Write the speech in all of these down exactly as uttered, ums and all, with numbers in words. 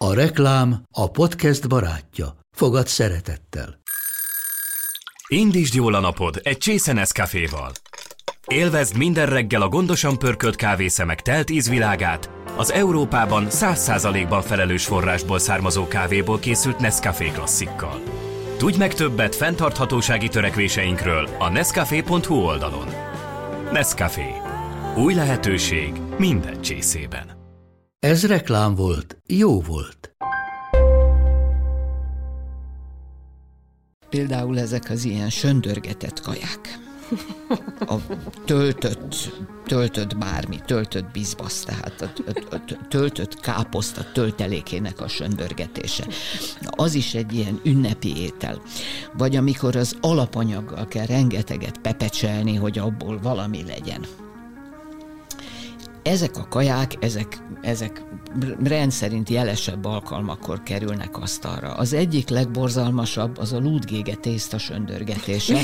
A reklám a podcast barátja. Fogad szeretettel. Indítsd jól a napod egy csésze Nescaféval. Élvezd minden reggel a gondosan pörkölt kávészemek telt ízvilágát, az Európában száz százalékban felelős forrásból származó kávéból készült Nescafé klasszikkal. Tudj meg többet fenntarthatósági törekvéseinkről a nescafé pont hu oldalon. Nescafé. Új lehetőség minden csészében. Ez reklám volt, jó volt. Például ezek az ilyen söndörgetett kaják. A töltött, töltött bármi, töltött bizbasz, tehát a, a, a töltött káposzta töltelékének a söndörgetése. Az is egy ilyen ünnepi étel. Vagy amikor az alapanyaggal kell rengeteget pepecselni, hogy abból valami legyen. Ezek a kaják, ezek, ezek rendszerint jelesebb alkalmakkor kerülnek asztalra. Az egyik legborzalmasabb az a lúdgége tészta söndörgetése.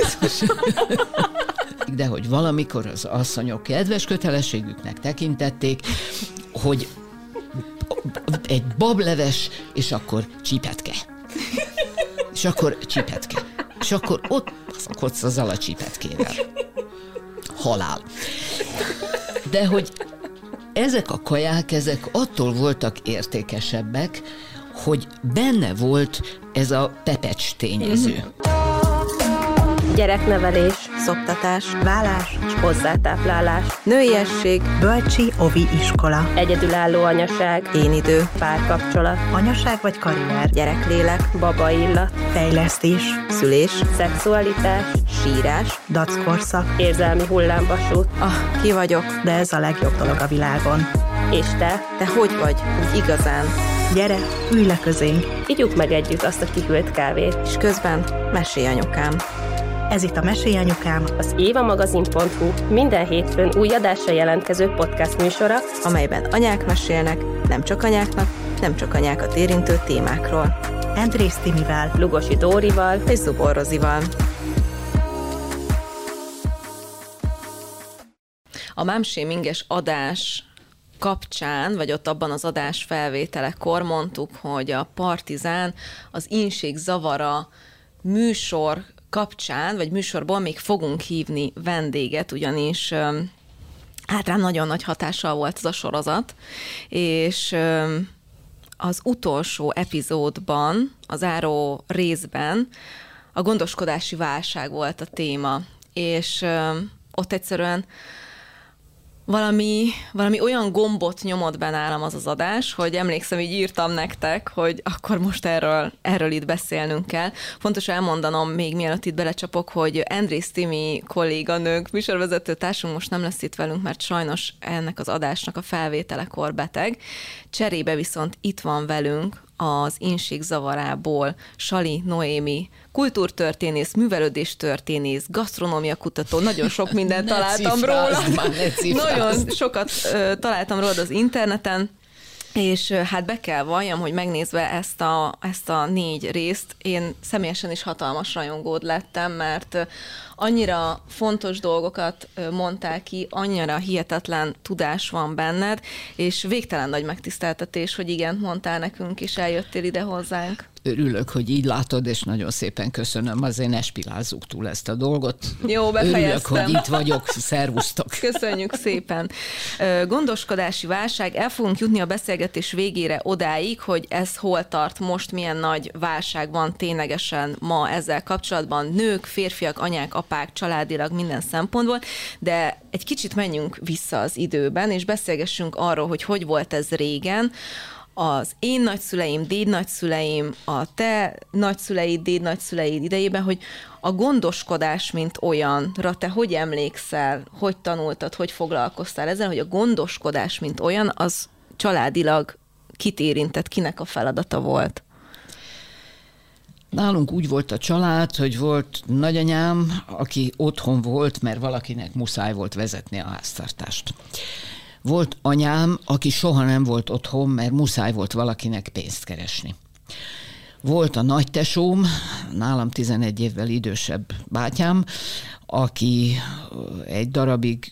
De hogy valamikor az asszonyok kedves kötelességüknek tekintették, hogy egy bableves, és akkor csipetke. És akkor csipetke. És akkor ott baszakodsz azzal a csipetkével. Halál. De hogy ezek a kaják, ezek attól voltak értékesebbek, hogy benne volt ez a pepecs tényező. Gyereknevelés, szoptatás, vállás és hozzátáplálás, nőiesség, bölcsi ovi iskola, egyedülálló anyaság, én idő, párkapcsolat, anyaság vagy karrier, gyereklélek, babaillat, fejlesztés, szülés, szexualitás, sírás, dackorszak, érzelmi hullámvasút. Ah, ki vagyok, de ez a legjobb dolog a világon. És te? Te hogy vagy? Úgy igazán. Gyere, ülj le közénk. Igyuk meg együtt azt a kihűlt kávét. És közben mesélj anyukám. Ez itt a Mesélj Anyukám, az évamagazin pont hu minden hétfőn új adásra jelentkező podcast műsora, amelyben anyák mesélnek, nem csak anyáknak, nem csak anyákat érintő témákról. Andrész Timivel, Lugosi Dórival és Zubor Rozival. A momshaminges adás kapcsán, vagy ott abban az adás felvételekor mondtuk, hogy a Partizán az Inség zavara műsor kapcsán, vagy műsorból még fogunk hívni vendéget, ugyanis hát rám nagyon nagy hatással volt ez a sorozat, és az utolsó epizódban, az záró részben a gondoskodási válság volt a téma, és ott egyszerűen Valami, valami olyan gombot nyomott be nálam az az adás, hogy emlékszem, így írtam nektek, hogy akkor most erről, erről itt beszélnünk kell. Fontos elmondanom még mielőtt itt belecsapok, hogy Andrész Timi kolléganőnk, műsorvezető társunk most nem lesz itt velünk, mert sajnos ennek az adásnak a felvételekor beteg. Cserébe viszont itt van velünk az Inség zavarából Sali Noémi, kultúrtörténész, művelődéstörténész, gasztronómia kutató, nagyon sok mindent találtam róla. Nagyon sokat uh, találtam róla az interneten, és uh, hát be kell valljam, hogy megnézve ezt a, ezt a négy részt, én személyesen is hatalmas rajongód lettem, mert uh, annyira fontos dolgokat uh, mondtál ki, annyira hihetetlen tudás van benned, és végtelen nagy megtiszteltetés, hogy igen, mondtál nekünk, és eljöttél ide hozzánk. Örülök, hogy így látod, és nagyon szépen köszönöm, azért ne spilázzuk túl ezt a dolgot. Jó, befejeztem. Örülök, hogy itt vagyok, szervusztok. Köszönjük szépen. Gondoskodási válság, el fogunk jutni a beszélgetés végére odáig, hogy ez hol tart most, milyen nagy válság van ténylegesen ma ezzel kapcsolatban, nők, férfiak, anyák, apák, családilag minden szempontból, de egy kicsit menjünk vissza az időben, és beszélgessünk arról, hogy hogy volt ez régen. Az én nagyszüleim, dédnagyszüleim, a te nagyszüleid, dédnagyszüleid idejében, hogy a gondoskodás, mint olyanra te hogy emlékszel, hogy tanultad, hogy foglalkoztál ezzel, hogy a gondoskodás, mint olyan, az családilag kit érintett, kinek a feladata volt? Nálunk úgy volt a család, hogy volt nagyanyám, aki otthon volt, mert valakinek muszáj volt vezetni a háztartást. Volt anyám, aki soha nem volt otthon, mert muszáj volt valakinek pénzt keresni. Volt a nagytesóm, nálam tizenegy évvel idősebb bátyám, aki egy darabig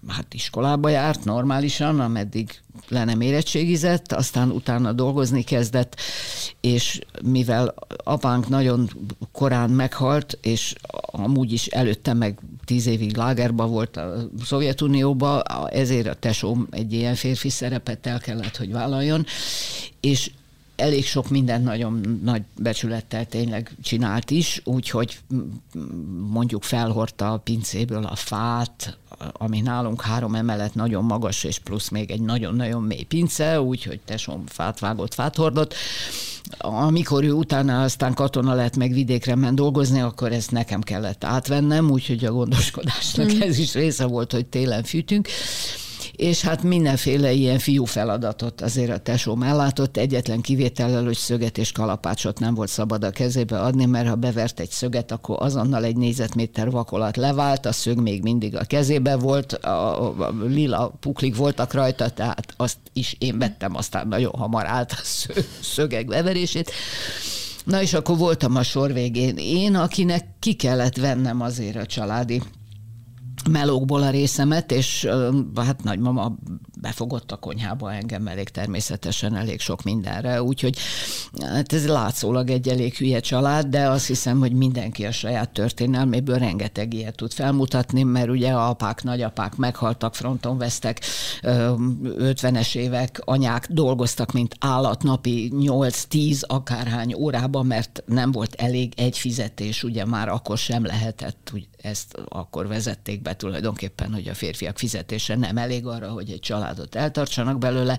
hát iskolába járt normálisan, ameddig le nem érettségizett, aztán utána dolgozni kezdett, és mivel apánk nagyon korán meghalt, és amúgy is előtte meg tíz évig lágerba volt a Szovjetunióban, ezért a tesóm egy ilyen férfi szerepet el kellett, hogy vállaljon, és elég sok mindent nagyon nagy becsülettel tényleg csinált is, úgyhogy mondjuk felhordta a pincéből a fát, ami nálunk három emelet nagyon magas, és plusz még egy nagyon-nagyon mély pince, úgyhogy tesóm fát vágott, fát hordott. Amikor ő utána aztán katona lett, meg vidékre ment dolgozni, akkor ezt nekem kellett átvennem, úgyhogy a gondoskodásnak mm. ez is része volt, hogy télen fűtünk. És hát mindenféle ilyen fiú feladatot azért a tesóm ellátott, egyetlen kivétellel, hogy szöget és kalapácsot nem volt szabad a kezébe adni, mert ha bevert egy szöget, akkor azonnal egy négyzetméter vakolat levált, a szög még mindig a kezébe volt, a, a lila puklik voltak rajta, tehát azt is én vettem, aztán nagyon hamar állt a szögek beverését. Na és akkor voltam a sor végén én, akinek ki kellett vennem azért a családi melókból a részemet, és hát nagymama befogott a konyhába engem elég természetesen, elég sok mindenre, úgyhogy hát ez látszólag egy elég hülye család, de azt hiszem, hogy mindenki a saját történelméből rengeteg ilyet tud felmutatni, mert ugye apák, nagyapák meghaltak, fronton vesztek, ötvenes évek, anyák dolgoztak, mint állat napi nyolc-tíz akárhány órában, mert nem volt elég egy fizetés, ugye már akkor sem lehetett, úgy ezt akkor vezették be tulajdonképpen, hogy a férfiak fizetése nem elég arra, hogy egy családot eltartsanak belőle.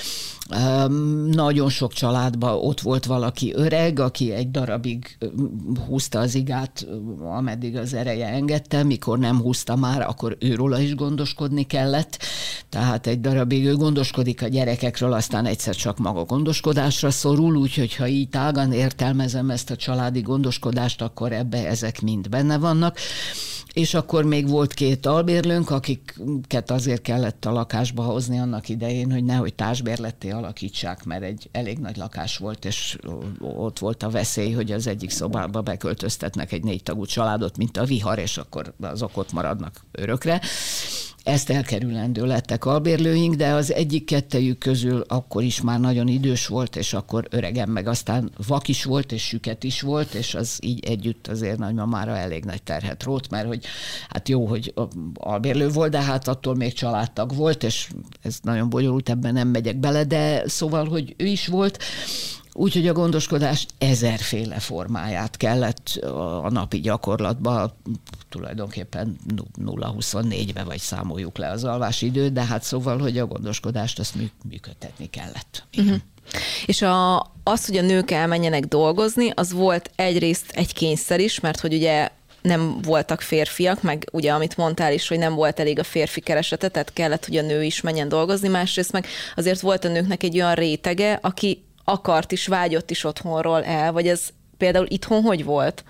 Um, nagyon sok családban ott volt valaki öreg, aki egy darabig húzta az igát, ameddig az ereje engedte, mikor nem húzta már, akkor őróla is gondoskodni kellett. Tehát egy darabig ő gondoskodik a gyerekekről, aztán egyszer csak maga gondoskodásra szorul, úgyhogy ha így tágan értelmezem ezt a családi gondoskodást, akkor ebbe ezek mind benne vannak. És akkor még volt két albérlőnk, akiket azért kellett a lakásba hozni annak idején, hogy nehogy társbérletté alakítsák, mert egy elég nagy lakás volt, és ott volt a veszély, hogy az egyik szobába beköltöztetnek egy négy tagú családot, mint a vihar, és akkor azok ott maradnak örökre. Ezt elkerülendő lettek albérlőink, de az egyik kettejük közül akkor is már nagyon idős volt, és akkor öregem meg aztán vak is volt, és süket is volt, és az így együtt azért nagymamára elég nagy terhet rótt, mert hogy hát jó, hogy albérlő volt, de hát attól még családtag volt, és ez nagyon bonyolult, ebben nem megyek bele, de szóval, hogy ő is volt. Úgyhogy a gondoskodás ezerféle formáját kellett a napi gyakorlatban, tulajdonképpen nulla huszonnégybe vagy számoljuk le az alvási időt, de hát szóval, hogy a gondoskodást azt működtetni kellett. Uh-huh. És a, az, hogy a nők elmenjenek dolgozni, az volt egyrészt egy kényszer is, mert hogy ugye nem voltak férfiak, meg ugye amit mondtál is, hogy nem volt elég a férfi keresete, tehát kellett, hogy a nő is menjen dolgozni, másrészt meg azért volt a nőknek egy olyan rétege, aki akart is, vágyott is otthonról el, vagy ez például itthon hogy volt?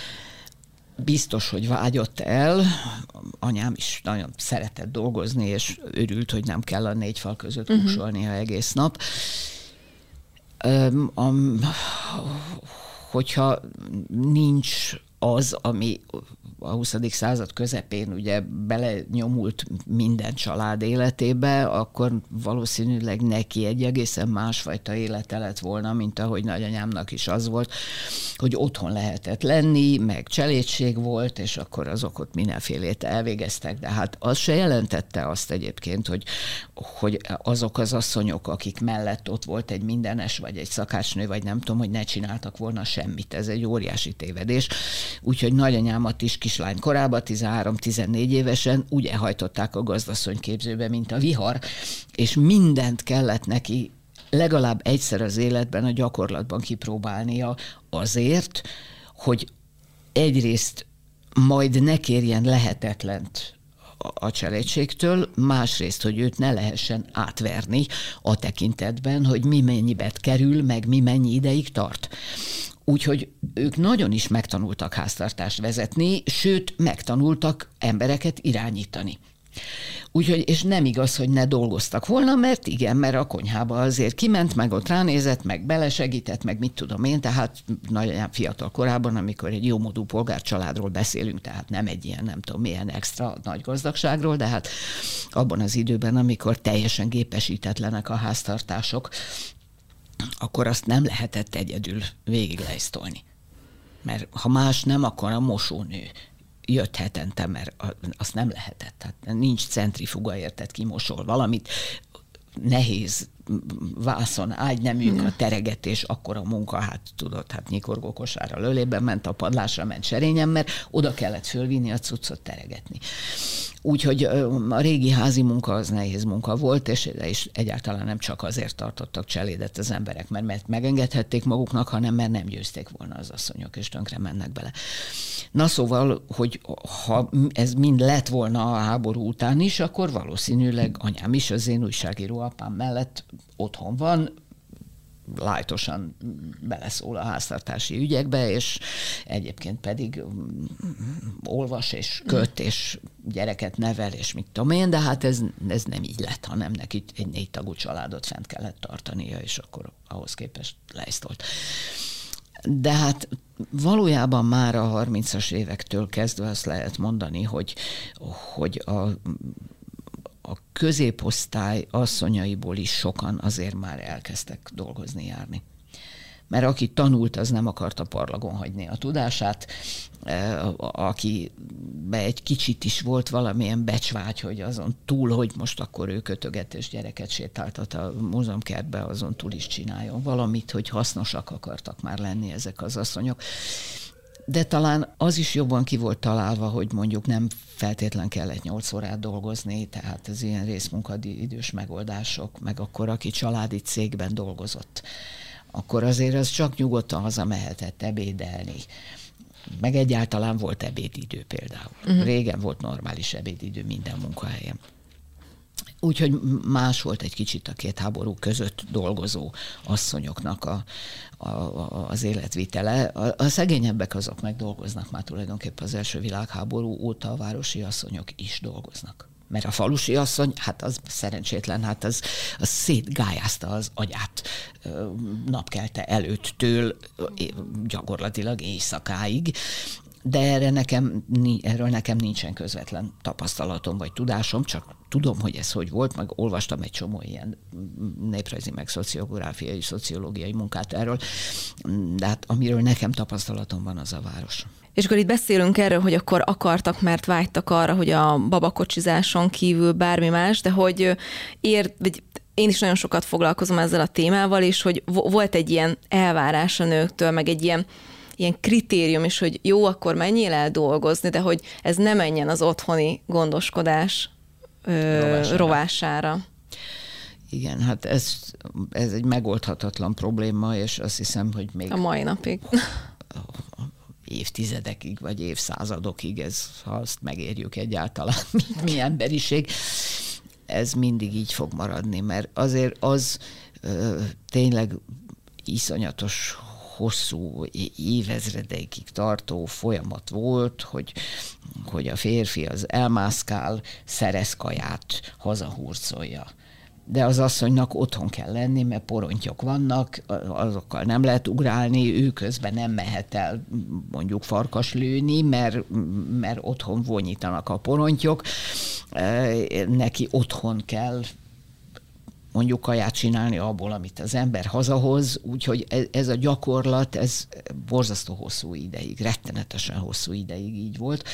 Biztos, hogy vágyott el. Anyám is nagyon szeretett dolgozni, és örült, hogy nem kell a négy fal között uh-huh. kúsolnia egész nap. Um, um, hogyha nincs az, ami a huszadik század közepén ugye belenyomult minden család életébe, akkor valószínűleg neki egy egészen másfajta élete lett volna, mint ahogy nagyanyámnak is az volt, hogy otthon lehetett lenni, meg cselédség volt, és akkor azok ott mindenfélét elvégeztek, de hát az se jelentette azt egyébként, hogy, hogy azok az asszonyok, akik mellett ott volt egy mindenes, vagy egy szakácsnő, vagy nem tudom, hogy ne csináltak volna semmit. Ez egy óriási tévedés. Úgyhogy nagyanyámat is kislány korában, tizenhárom-tizennégy évesen úgy elhajtották a gazdasszonyképzőbe, mint a vihar, és mindent kellett neki legalább egyszer az életben, a gyakorlatban kipróbálnia azért, hogy egyrészt majd ne kérjen lehetetlent a cselédségtől, másrészt, hogy őt ne lehessen átverni a tekintetben, hogy mi mennyibet kerül, meg mi mennyi ideig tart. Úgyhogy ők nagyon is megtanultak háztartást vezetni, sőt, megtanultak embereket irányítani. Úgyhogy, és nem igaz, hogy ne dolgoztak volna, mert igen, mert a konyhába azért kiment, meg ott ránézett, meg belesegített, meg mit tudom én, tehát nagyon fiatal korában, amikor egy jómódú polgárcsaládról beszélünk, tehát nem egy ilyen, nem tudom, milyen extra nagy gazdagságról, de hát abban az időben, amikor teljesen gépesítetlenek a háztartások, akkor azt nem lehetett egyedül végiglejsztolni. Mert ha más nem, akkor a mosónő jött hetente, mert azt nem lehetett. Tehát nincs centrifuga, érted, kimosol valamit, nehéz vászon, ágyneműk, a teregetés, akkor a munka, hát tudod, hát nyikorgó kosárral ölében ment, a padlásra ment serényen, mert oda kellett fölvinni a cuccot teregetni. Úgyhogy a régi házi munka az nehéz munka volt, és, és egyáltalán nem csak azért tartottak cselédet az emberek, mert, mert megengedhették maguknak, hanem mert nem győzték volna az asszonyok, és tönkre mennek bele. Na szóval, hogy ha ez mind lett volna a háború után is, akkor valószínűleg anyám is az én újságíró apám mellett otthon van, lájtosan beleszól a háztartási ügyekbe, és egyébként pedig olvas, és köt, és gyereket nevel, és mit tudom én, de hát ez, ez nem így lett, hanem neki egy négy tagú családot fent kellett tartania, és akkor ahhoz képest lejsztolt. De hát valójában már a harmincas évektől kezdve azt lehet mondani, hogy, hogy a a középosztály asszonyaiból is sokan azért már elkezdtek dolgozni, járni. Mert aki tanult, az nem akarta parlagon hagyni a tudását, akibe egy kicsit is volt valamilyen becsvágy, hogy azon túl, hogy most akkor ő kötöget és gyereket sétáltat a múzeumkertbe, azon túl is csináljon valamit, hogy hasznosak akartak már lenni ezek az asszonyok. De talán az is jobban ki volt találva, hogy mondjuk nem feltétlen kellett nyolc órát dolgozni, tehát az ilyen részmunkaidős megoldások, meg akkor aki családi cégben dolgozott, akkor azért az csak nyugodtan hazamehetett ebédelni. Meg egyáltalán volt ebédidő például. Uh-huh. Régen volt normális ebédidő minden munkahelyen. Úgyhogy más volt egy kicsit a két háború között dolgozó asszonyoknak a, a, a, az életvitele. A, a szegényebbek azok meg dolgoznak már tulajdonképpen az első világháború óta, a városi asszonyok is dolgoznak. Mert a falusi asszony, hát az szerencsétlen, hát az, az szétgályázta az agyát napkelte előttől gyakorlatilag éjszakáig. De erre nekem, erről nekem nincsen közvetlen tapasztalatom vagy tudásom, csak tudom, hogy ez hogy volt, meg olvastam egy csomó ilyen néprajzi, meg szociográfiai, szociológiai munkát erről, de hát amiről nekem tapasztalatom van, az a város. És akkor itt beszélünk erről, hogy akkor akartak, mert vágytak arra, hogy a babakocsizáson kívül bármi más, de hogy ér, vagy én is nagyon sokat foglalkozom ezzel a témával, és hogy volt egy ilyen elvárás a nőktől, meg egy ilyen ilyen kritérium is, hogy jó, akkor menjél el dolgozni, de hogy ez ne menjen az otthoni gondoskodás ö, rovására. rovására. Igen, hát ez, ez egy megoldhatatlan probléma, és azt hiszem, hogy még... A mai napig. Évtizedekig, vagy évszázadokig, ez, ha azt megérjük egyáltalán, mi emberiség, ez mindig így fog maradni, mert azért az ö, tényleg iszonyatos hosszú évezredekig tartó folyamat volt, hogy, hogy a férfi az elmászkál, szerez kaját, hazahurcolja. De az asszonynak otthon kell lenni, mert porontyok vannak, azokkal nem lehet ugrálni, ő közben nem mehet el mondjuk farkas lőni, mert, mert otthon vonyítanak a porontyok, neki otthon kell mondjuk kaját csinálni abból, amit az ember hazahoz, úgyhogy ez a gyakorlat, ez borzasztó hosszú ideig, rettenetesen hosszú ideig így volt.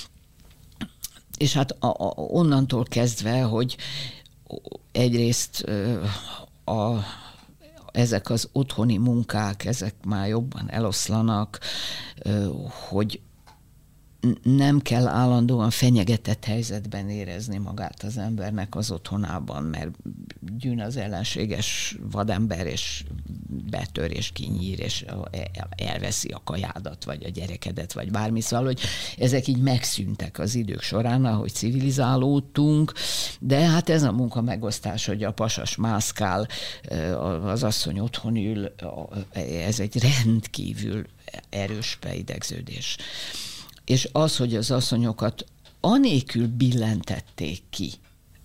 És hát a, a, onnantól kezdve, hogy egyrészt a, ezek az otthoni munkák, ezek már jobban eloszlanak, hogy nem kell állandóan fenyegetett helyzetben érezni magát az embernek az otthonában, mert gyűn az ellenséges vadember, és betör, és kinyír, és elveszi a kajádat, vagy a gyerekedet, vagy bármi. Szóval, hogy ezek így megszűntek az idők során, ahogy civilizálódtunk, de hát ez a munka megosztás, hogy a pasas mászkál, az asszony otthon ül, ez egy rendkívül erős beidegződés. És az, hogy az asszonyokat anélkül billentették ki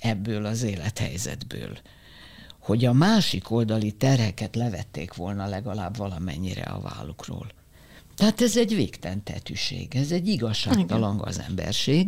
ebből az élethelyzetből, hogy a másik oldali terheket levették volna legalább valamennyire a vállukról. Tehát ez egy végtelen tetűség, ez egy igazságtalan gazemberség,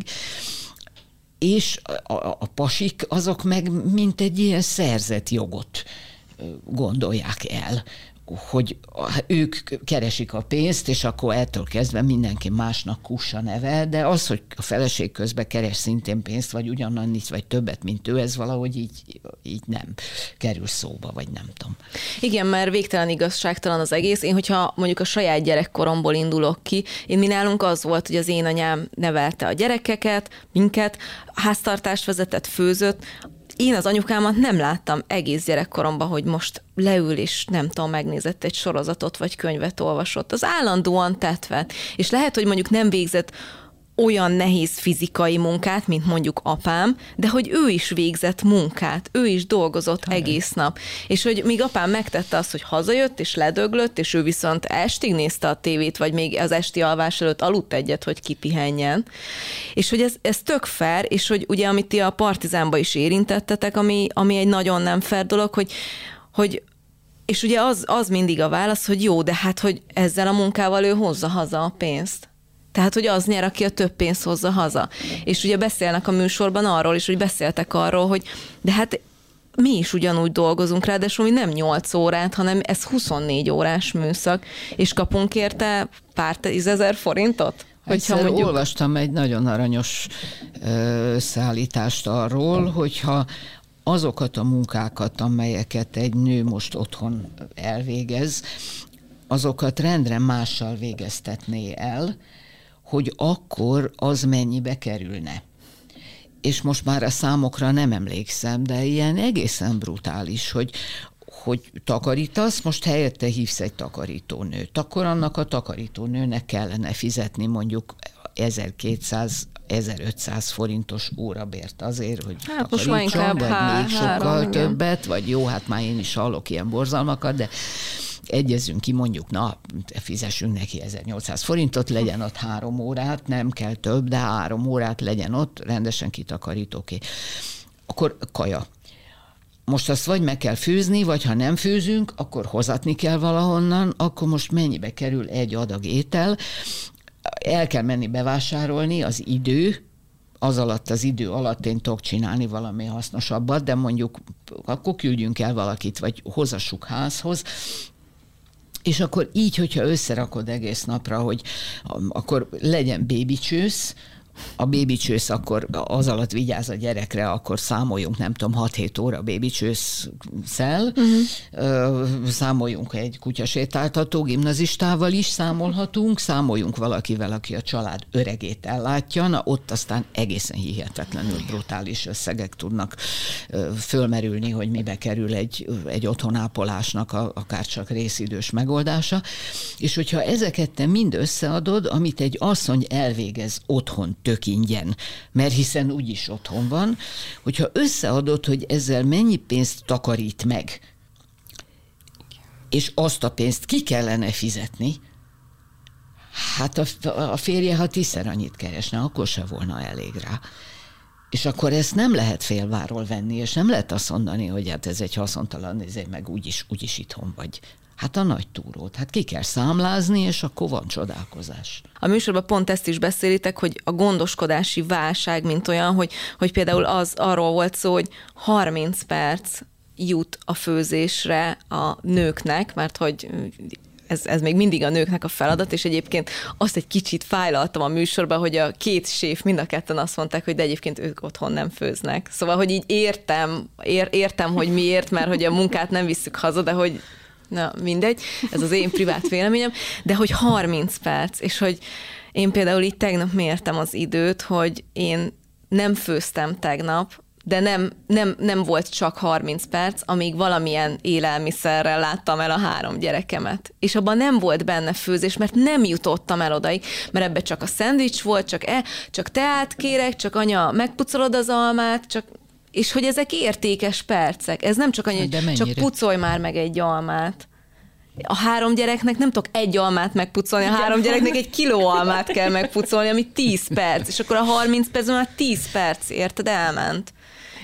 és a, a, a pasik azok meg mint egy ilyen szerzett jogot gondolják el, hogy ők keresik a pénzt, és akkor ettől kezdve mindenki másnak kussa neve, de az, hogy a feleség közben keres szintén pénzt, vagy ugyanannyit, vagy többet, mint ő, ez valahogy így, így nem kerül szóba, vagy nem tudom. Igen, mert végtelen igazságtalan az egész. Én, hogyha mondjuk a saját gyerekkoromból indulok ki, én mi nálunk az volt, hogy az én anyám nevelte a gyerekeket, minket, háztartást vezetett, főzött. Én az anyukámat nem láttam egész gyerekkoromban, hogy most leül és nem tudom, megnézett egy sorozatot, vagy könyvet olvasott. Az állandóan tetvet. És lehet, hogy mondjuk nem végzett olyan nehéz fizikai munkát, mint mondjuk apám, de hogy ő is végzett munkát, ő is dolgozott Talán. egész nap. És hogy még apám megtette azt, hogy hazajött, és ledöglött, és ő viszont estig nézte a tévét, vagy még az esti alvás előtt aludt egyet, hogy kipihenjen. És hogy ez, ez tök fair, és hogy ugye, amit ti a Partizánba is érintettetek, ami, ami egy nagyon nem fair dolog, hogy, hogy és ugye az, az mindig a válasz, hogy jó, de hát, hogy ezzel a munkával ő hozza haza a pénzt. Tehát, hogy az nyer, aki a több pénzt hozza haza. És ugye beszélnek a műsorban arról is, hogy beszéltek arról, hogy de hát mi is ugyanúgy dolgozunk rá, de mi nem nyolc órát, hanem ez huszonnégy órás műszak, és kapunk érte pár tízezer forintot? Egyszer mondjuk... olvastam egy nagyon aranyos összeállítást arról, hogyha azokat a munkákat, amelyeket egy nő most otthon elvégez, azokat rendre mással végeztetné el, hogy akkor az mennyibe kerülne. És most már a számokra nem emlékszem, de ilyen egészen brutális, hogy, hogy takarítasz, most helyette hívsz egy takarítónőt. Akkor annak a takarítónőnek kellene fizetni mondjuk ezerkétszáz ezerötszáz forintos órabért azért, hogy hát takarítson, vagy há- még sokkal három, többet, igen. Vagy jó, hát már én is hallok ilyen borzalmakat, de egyezünk ki, mondjuk, na, fizessünk neki ezernyolcszáz forintot, legyen ott három órát, nem kell több, de három órát legyen ott, rendesen kitakarít, oké. Okay. Akkor kaja. Most azt vagy meg kell főzni, vagy ha nem főzünk, akkor hozatni kell valahonnan, akkor most mennyibe kerül egy adag étel, el kell menni bevásárolni, az idő, az alatt, az idő alatt én tudok csinálni valami hasznosabbat, de mondjuk akkor küldjünk el valakit, vagy hozassuk házhoz, és akkor így, hogyha összerakod egész napra, hogy akkor legyen bébicsősz, a bébicsősz akkor az alatt vigyáz a gyerekre, akkor számoljunk, nem tudom, hat-hét óra bébicsősszel, uh-huh. Számoljunk egy kutyasétáltató gimnazistával is számolhatunk, számoljunk valakivel, aki a család öregét ellátja, na ott aztán egészen hihetetlenül brutális összegek tudnak fölmerülni, hogy mibe kerül egy, egy otthonápolásnak a, akár csak részidős megoldása, és hogyha ezeket te mind összeadod, amit egy asszony elvégez otthon tök ingyen, mert hiszen úgyis otthon van, hogyha összeadod, hogy ezzel mennyi pénzt takarít meg, és azt a pénzt ki kellene fizetni, hát a, a férje, ha tízszer annyit keresne, akkor se volna elég rá. És akkor ezt nem lehet félváról venni, és nem lehet azt mondani, hogy hát ez egy haszontalan, ezért meg úgyis, úgyis itthon vagy. Hát a nagy túrót, hát ki kell számlázni, és akkor van csodálkozás. A műsorban pont ezt is beszélitek, hogy a gondoskodási válság, mint olyan, hogy, hogy például az arról volt szó, hogy harminc perc jut a főzésre a nőknek, mert hogy ez, ez még mindig a nőknek a feladat, és egyébként azt egy kicsit fájlaltam a műsorban, hogy a két séf mind a ketten azt mondták, hogy de egyébként ők otthon nem főznek. Szóval, hogy így értem, ér, értem, hogy miért, mert hogy a munkát nem visszük haza, de hogy na, mindegy, ez az én privát véleményem, de hogy harminc perc, és hogy én például így tegnap mértem az időt, hogy én nem főztem tegnap, de nem, nem, nem volt csak harminc perc, amíg valamilyen élelmiszerrel láttam el a három gyerekemet. És abban nem volt benne főzés, mert nem jutottam el odaig, mert ebbe csak a szendvics volt, csak, e, csak teát kérek, csak anya, megpucolod az almát, csak... És hogy ezek értékes percek. Ez nem csak annyi, hogy csak pucolj már meg egy almát. A három gyereknek nem tudok egy almát megpucolni, a három gyereknek egy kiló almát kell megpucolni, ami tíz perc. És akkor a harminc percben már tíz perc, érted, elment.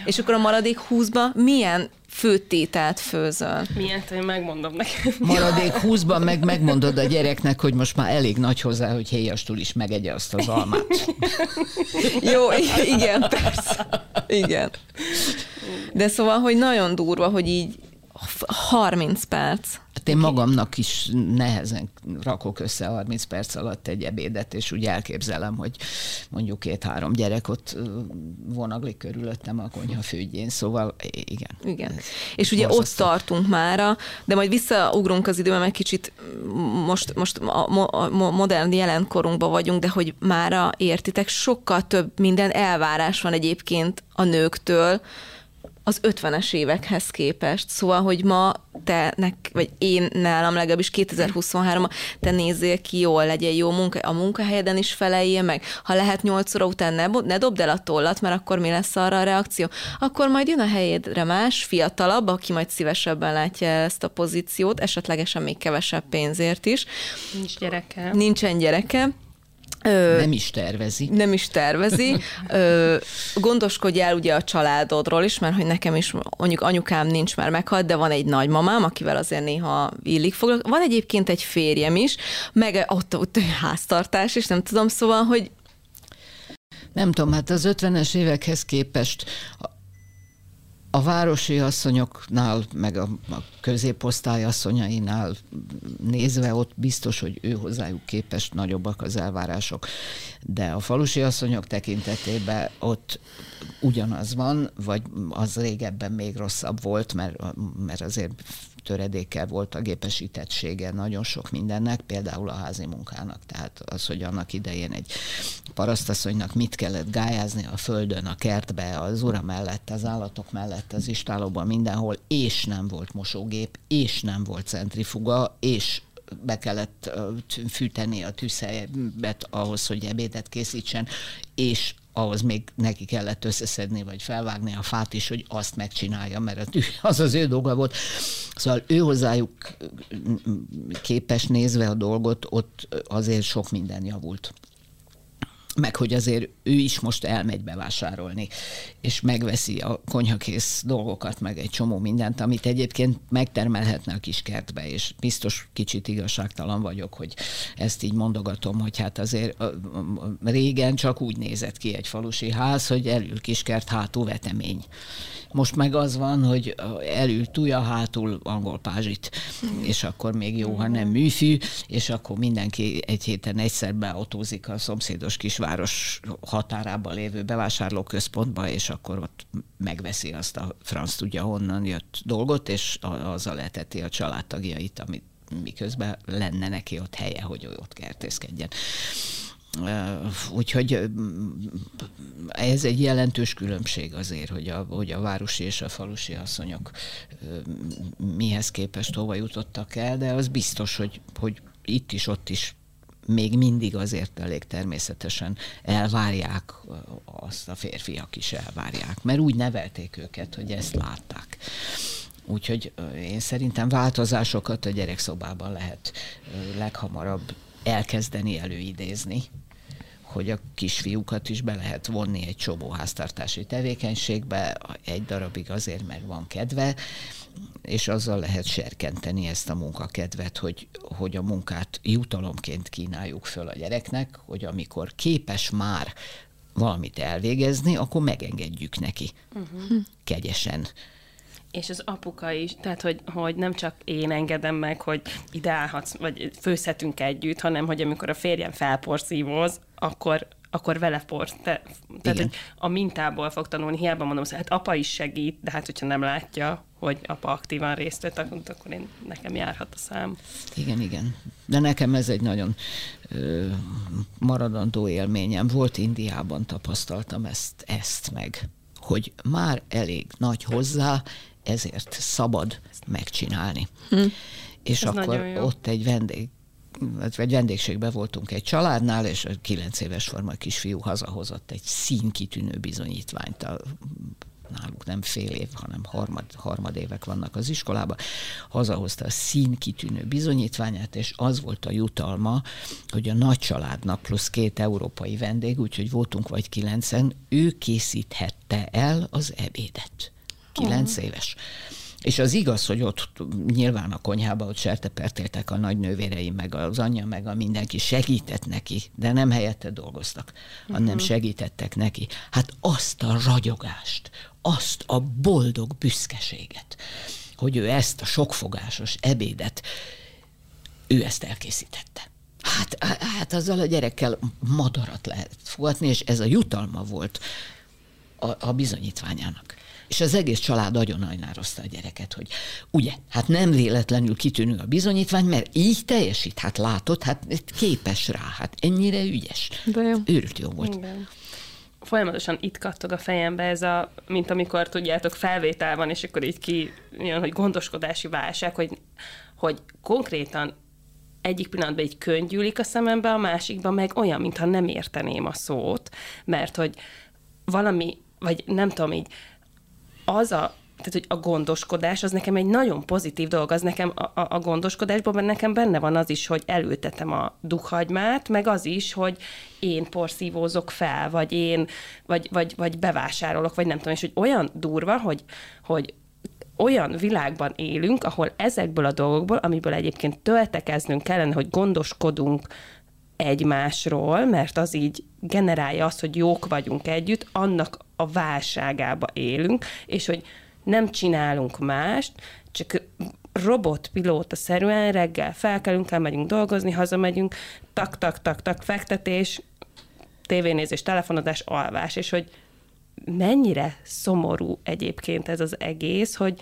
És akkor a maradék húszba milyen főtételt főzöl? Milyen, én megmondom nekem. Maradék húszban meg megmondod a gyereknek, hogy most már elég nagy hozzá, hogy héjastul is megegye azt az almát. Jó, igen, persze. Igen. De szóval, hogy nagyon durva, hogy így harminc perc. Hát én magamnak is nehezen rakok össze harminc perc alatt egy ebédet, és úgy elképzelem, hogy mondjuk két-három gyerek ott vonaglik körülöttem a konyha fődjén, szóval igen. Igen. És ugye ott tartunk mára, de majd visszaugrunk az időben, mert kicsit most, most a, a modern jelenkorunkban vagyunk, de hogy mára értitek, sokkal több minden elvárás van egyébként a nőktől, az ötvenes évekhez képest. Szóval, hogy ma te, nek, vagy én nálam legalábbis kétezer-huszonháromban te nézzél ki jól, legyen jó munka, a munkahelyeden is feleljél meg. Ha lehet nyolc óra után ne, ne dobd el a tollat, mert akkor mi lesz arra a reakció? Akkor majd jön a helyédre más, fiatalabb, aki majd szívesebben látja ezt a pozíciót, esetlegesen még kevesebb pénzért is. Nincs gyereke. Nincsen gyereke. Ö, nem is tervezi. Nem is tervezi. Ö, gondoskodjál ugye a családodról is, mert hogy nekem is mondjuk anyukám nincs már meghalt, de van egy nagymamám, akivel azért néha illik foglalkozni. Van egyébként egy férjem is, meg ott, ott háztartás is, nem tudom, szóval, hogy... Nem tudom, hát az ötvenes évekhez képest a városi asszonyoknál, meg a, a középosztály asszonyainál nézve ott biztos, hogy ő hozzájuk képest nagyobbak az elvárások. De a falusi asszonyok tekintetében ott ugyanaz van, vagy az régebben még rosszabb volt, mert, mert azért töredékkel volt a gépesítettsége nagyon sok mindennek, például a házi munkának. Tehát az, hogy annak idején egy parasztasszonynak mit kellett gályázni a földön, a kertbe, az ura mellett, az állatok mellett, az istálóban, mindenhol, és nem volt mosógép, és nem volt centrifuga, és be kellett fűteni a tűzhelyet ahhoz, hogy ebédet készítsen, és ahhoz még neki kellett összeszedni, vagy felvágni a fát is, hogy azt megcsinálja, mert az az ő dolga volt. Szóval ő hozzájuk képes nézve a dolgot, ott azért sok minden javult. Meg hogy azért ő is most elmegy bevásárolni, és megveszi a konyhakész dolgokat, meg egy csomó mindent, amit egyébként megtermelhetne a kis kertbe, és biztos kicsit igazságtalan vagyok, hogy ezt így mondogatom, hogy hát azért régen csak úgy nézett ki egy falusi ház, hogy elül kiskert, hátul vetemény. Most meg az van, hogy elül tuja, hátul angol pázsit, és akkor még jó, ha nem műfű, és akkor mindenki egy héten egyszer beautózik a szomszédos kisváros határában lévő bevásárlóközpontba, és akkor ott megveszi azt a franc tudja honnan jött dolgot, és azzal leteti a családtagjait, amit miközben lenne neki ott helye, hogy ott kertészkedjen. Úgyhogy ez egy jelentős különbség azért, hogy a, hogy a városi és a falusi asszonyok mihez képest hova jutottak el, de az biztos, hogy, hogy itt is, ott is még mindig azért elég természetesen elvárják, azt a férfiak is elvárják, mert úgy nevelték őket, hogy ezt látták. Úgyhogy én szerintem változásokat a gyerekszobában lehet leghamarabb elkezdeni előidézni, hogy a kisfiúkat is be lehet vonni egy csomó háztartási tevékenységbe, egy darabig azért, mert van kedve, és azzal lehet serkenteni ezt a munkakedvet, hogy, hogy a munkát jutalomként kínáljuk föl a gyereknek, hogy amikor képes már valamit elvégezni, akkor megengedjük neki. Uh-huh. Kegyesen. És az apuka is, tehát hogy, hogy nem csak én engedem meg, hogy ide állhatsz, vagy főzhetünk együtt, hanem hogy amikor a férjem felporszívoz, akkor, akkor vele porsz. Te, tehát hogy a mintából fog tanulni, hiába mondom, hogy hát apa is segít, de hát hogyha nem látja, hogy apa aktívan részt vett, akkor én, nekem járhat a szám. Igen, igen. De nekem ez egy nagyon ö, maradandó élményem volt. Indiában tapasztaltam ezt, ezt meg, hogy már elég nagy hozzá, ezért szabad megcsinálni. Hm. És ez akkor ott egy vendég, egy vendégségben voltunk egy családnál, és egy kilenc éves forma kisfiú hazahozott egy színkitűnő bizonyítványt a náluk nem fél év, hanem harmad, harmadévek vannak az iskolában, hazahozta a színkitűnő bizonyítványát, és az volt a jutalma, hogy a nagy családnak plusz két európai vendég, úgyhogy voltunk vagy kilencen, ő készíthette el az ebédet. Kilenc oh. éves. És az igaz, hogy ott nyilván a konyhában ott sertepertéltek a nagynővérei, meg az anyja, meg a mindenki segített neki, de nem helyette dolgoztak, hanem uh-huh. segítettek neki. Hát azt a ragyogást, azt a boldog büszkeséget, hogy ő ezt a sokfogásos ebédet, ő ezt elkészítette. Hát, hát azzal a gyerekkel madarat lehet fogadni, és ez a jutalma volt a, a bizonyítványának. És az egész család agyon ajnározta a gyereket, hogy ugye, hát nem véletlenül kitűnő a bizonyítvány, mert így teljesít, hát látod, hát képes rá, hát ennyire ügyes. De jó. Őrült jó volt. Igen. Folyamatosan itt kattog a fejembe ez a, mint amikor tudjátok, felvétel van, és akkor így ki jön, hogy gondoskodási válság, hogy, hogy konkrétan egyik pillanatban így könnyűlik a szemembe, a másikban meg olyan, mintha nem érteném a szót, mert hogy valami, vagy nem tudom így, az a, tehát, hogy a gondoskodás, az nekem egy nagyon pozitív dolog, az nekem a, a gondoskodásban nekem benne van az is, hogy elültetem a dukhagymát, meg az is, hogy én porszívózok fel, vagy én, vagy, vagy, vagy bevásárolok, vagy nem tudom, és hogy olyan durva, hogy, hogy olyan világban élünk, ahol ezekből a dolgokból, amiből egyébként töltekeznünk kellene, hogy gondoskodunk egymásról, mert az így generálja azt, hogy jók vagyunk együtt, annak a válságába élünk, és hogy nem csinálunk mást, csak robotpilóta-szerűen reggel felkelünk, elmegyünk dolgozni, hazamegyünk, tak, tak, tak, tak, fektetés, tévénézés, telefonozás, alvás, és hogy mennyire szomorú egyébként ez az egész, hogy,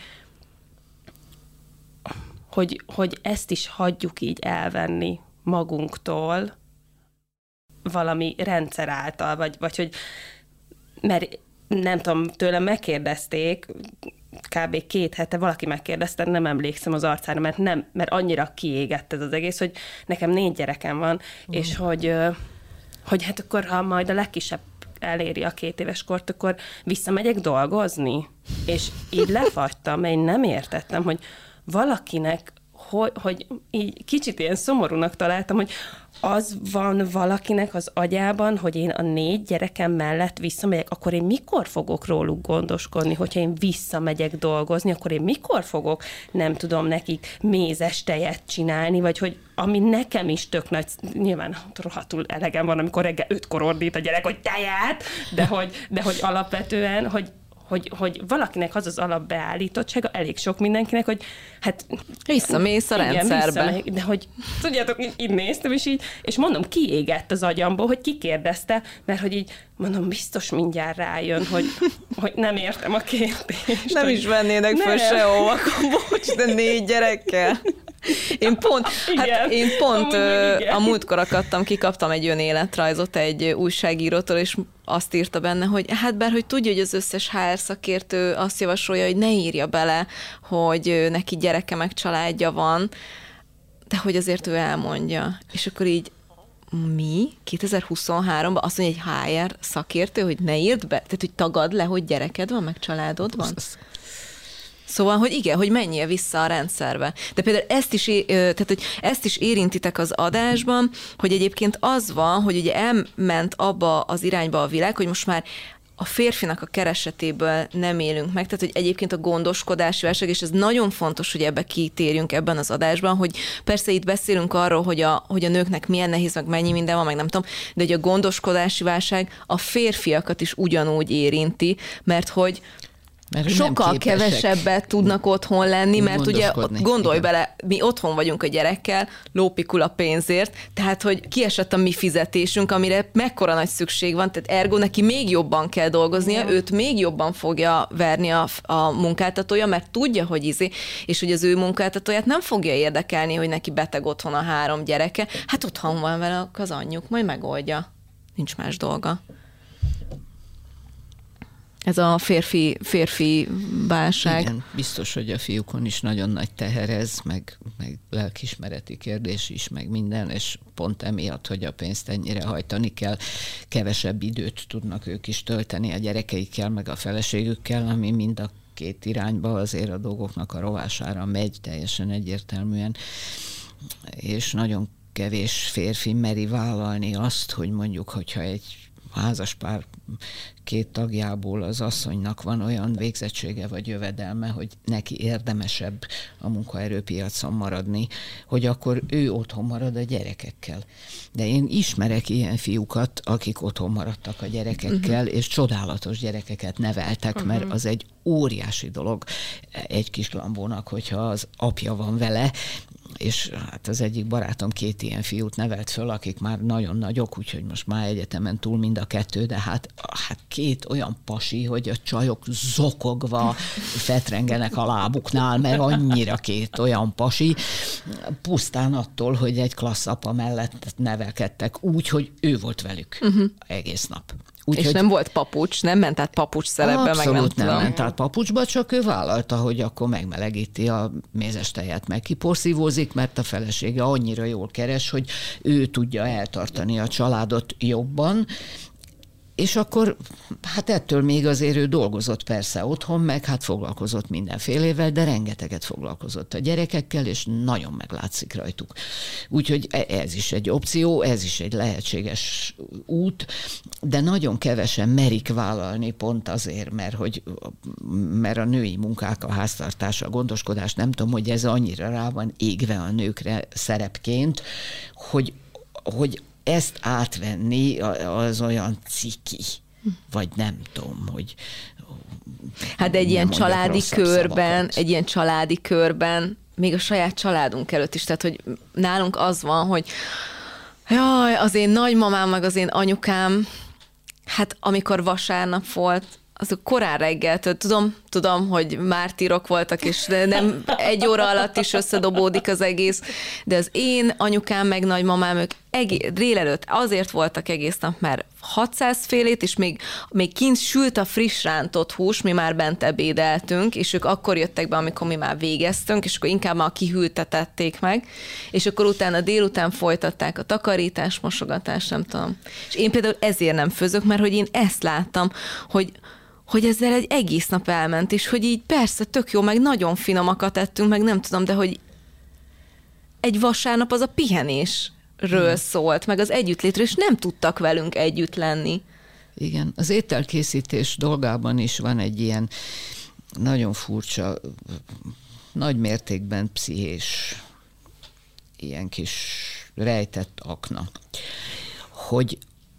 hogy, hogy ezt is hagyjuk így elvenni magunktól valami rendszer által, vagy, vagy hogy mert nem tudom, tőlem megkérdezték, kb. két hete valaki megkérdezte, nem emlékszem az arcára, mert, nem, mert annyira kiégett ez az egész, hogy nekem négy gyerekem van, mm. és hogy, hogy hát akkor, ha majd a legkisebb eléri a két éves kort, akkor visszamegyek dolgozni. És így lefagytam, mert én nem értettem, hogy valakinek, hogy, hogy így kicsit ilyen szomorúnak találtam, hogy az van valakinek az agyában, hogy én a négy gyerekem mellett visszamegyek, akkor én mikor fogok róluk gondoskodni, hogyha én visszamegyek dolgozni, akkor én mikor fogok, nem tudom, nekik mézes tejet csinálni, vagy hogy ami nekem is tök nagy, nyilván rohadtul elegem van, amikor reggel ötkor ordít a gyerek, hogy tejet, de hogy, de hogy alapvetően, hogy Hogy, hogy valakinek az az alapbeállítottsága, elég sok mindenkinek, hogy hát... Visszamész a igen, rendszerbe. Visszamegy, de hogy tudjátok, így, így néztem, és így, és mondom, kiégett az agyamból, hogy kikérdezte, mert hogy így, mondom, biztos mindjárt rájön, hogy, hogy nem értem a kérdést. Nem hogy is vennének föl sehova, bocs, de négy gyerekkel. Én pont, hát én pont ö, a múltkor akadtam, kikaptam egy önéletrajzot egy újságírótól, és azt írta benne, hogy hát bár, hogy tudja, hogy az összes há er szakértő azt javasolja, hogy ne írja bele, hogy neki gyereke meg családja van, de hogy azért ő elmondja. És akkor így mi? kétezer-huszonháromban azt mondja egy há er szakértő, hogy ne írd be? Tehát, hogy tagad le, hogy gyereked van, meg családod van? Szóval, hogy igen, hogy menjél vissza a rendszerbe. De például ezt is, tehát, hogy ezt is érintitek az adásban, hogy egyébként az van, hogy ugye elment abba az irányba a világ, hogy most már a férfinak a keresetéből nem élünk meg, tehát hogy egyébként a gondoskodási válság, és ez nagyon fontos, hogy ebbe kitérjünk ebben az adásban, hogy persze itt beszélünk arról, hogy a, hogy a nőknek milyen nehéz, meg mennyi minden van, meg nem tudom, de hogy a gondoskodási válság a férfiakat is ugyanúgy érinti, mert hogy Mert sokkal kevesebbet tudnak otthon lenni, mert ugye gondolj igen. bele, mi otthon vagyunk a gyerekkel, lópikul a pénzért, tehát hogy kiesett a mi fizetésünk, amire mekkora nagy szükség van, tehát ergo neki még jobban kell dolgoznia, igen. őt még jobban fogja verni a, a munkáltatója, mert tudja, hogy izé, és hogy az ő munkáltatóját nem fogja érdekelni, hogy neki beteg otthon a három gyereke, hát otthon van vele az anyjuk, majd megoldja. Nincs más dolga. Ez a férfi, férfi válság. Igen, biztos, hogy a fiúkon is nagyon nagy teher ez, meg, meg lelkismereti kérdés is, meg minden, és pont emiatt, hogy a pénzt ennyire hajtani kell, kevesebb időt tudnak ők is tölteni a gyerekeikkel, meg a feleségükkel, ami mind a két irányba azért a dolgoknak a rovására megy teljesen egyértelműen, és nagyon kevés férfi meri vállalni azt, hogy mondjuk, hogyha egy házaspár két tagjából az asszonynak van olyan végzettsége vagy jövedelme, hogy neki érdemesebb a munkaerőpiacon maradni, hogy akkor ő otthon marad a gyerekekkel. De én ismerek ilyen fiúkat, akik otthon maradtak a gyerekekkel, uh-huh. és csodálatos gyerekeket neveltek, uh-huh. mert az egy óriási dolog egy kis lambónak, hogyha az apja van vele, és hát az egyik barátom két ilyen fiút nevelt föl, akik már nagyon nagyok, úgyhogy most már egyetemen túl mind a kettő, de hát, hát két olyan pasi, hogy a csajok zokogva fetrengenek a lábuknál, mert annyira két olyan pasi, pusztán attól, hogy egy klasszapa mellett nevelkedtek úgy, hogy ő volt velük uh-huh. egész nap. Úgy, és nem volt papucs, nem ment át papucs szerepbe, meg nem, nem tudom. ment át papucsba, csak ő vállalta, hogy akkor megmelegíti a mézes tejet, meg kiporszívózik, mert a felesége annyira jól keres, hogy ő tudja eltartani a családot jobban, és akkor hát ettől még azért ő dolgozott persze otthon, meg hát foglalkozott mindenfélével, de rengeteget foglalkozott a gyerekekkel, és nagyon meglátszik rajtuk. Úgyhogy ez is egy opció, ez is egy lehetséges út, de nagyon kevesen merik vállalni pont azért, mert, hogy, mert a női munkák, a háztartás, a gondoskodás, nem tudom, hogy ez annyira rá van égve a nőkre szerepként, hogy, hogy ezt átvenni az olyan ciki, vagy nem tudom, hogy... Hát egy ilyen családi körben, szavakat. egy ilyen családi körben, még a saját családunk előtt is, tehát hogy nálunk az van, hogy jaj, az én nagymamám, meg az én anyukám, hát amikor vasárnap volt, azok korán reggeltől, tudom, tudom, hogy mártírok voltak, és nem egy óra alatt is összedobódik az egész, de az én anyukám meg nagymamám, ők egész, délelőtt azért voltak egész nap, mert hatszáz félét, és még, még kint sült a friss rántott hús, mi már bent ebédeltünk, és ők akkor jöttek be, amikor mi már végeztünk, és akkor inkább már kihűltetették meg, és akkor utána délután folytatták a takarítás, mosogatás, nem tudom. És én például ezért nem főzök, mert hogy én ezt láttam, hogy hogy ezzel egy egész nap elment, és hogy így persze tök jó, meg nagyon finomakat ettünk, meg nem tudom, de hogy egy vasárnap az a pihenésről szólt, meg az együttlétről, és nem tudtak velünk együtt lenni. Igen, az ételkészítés dolgában is van egy ilyen nagyon furcsa, nagy mértékben pszichés, ilyen kis rejtett akna, hogy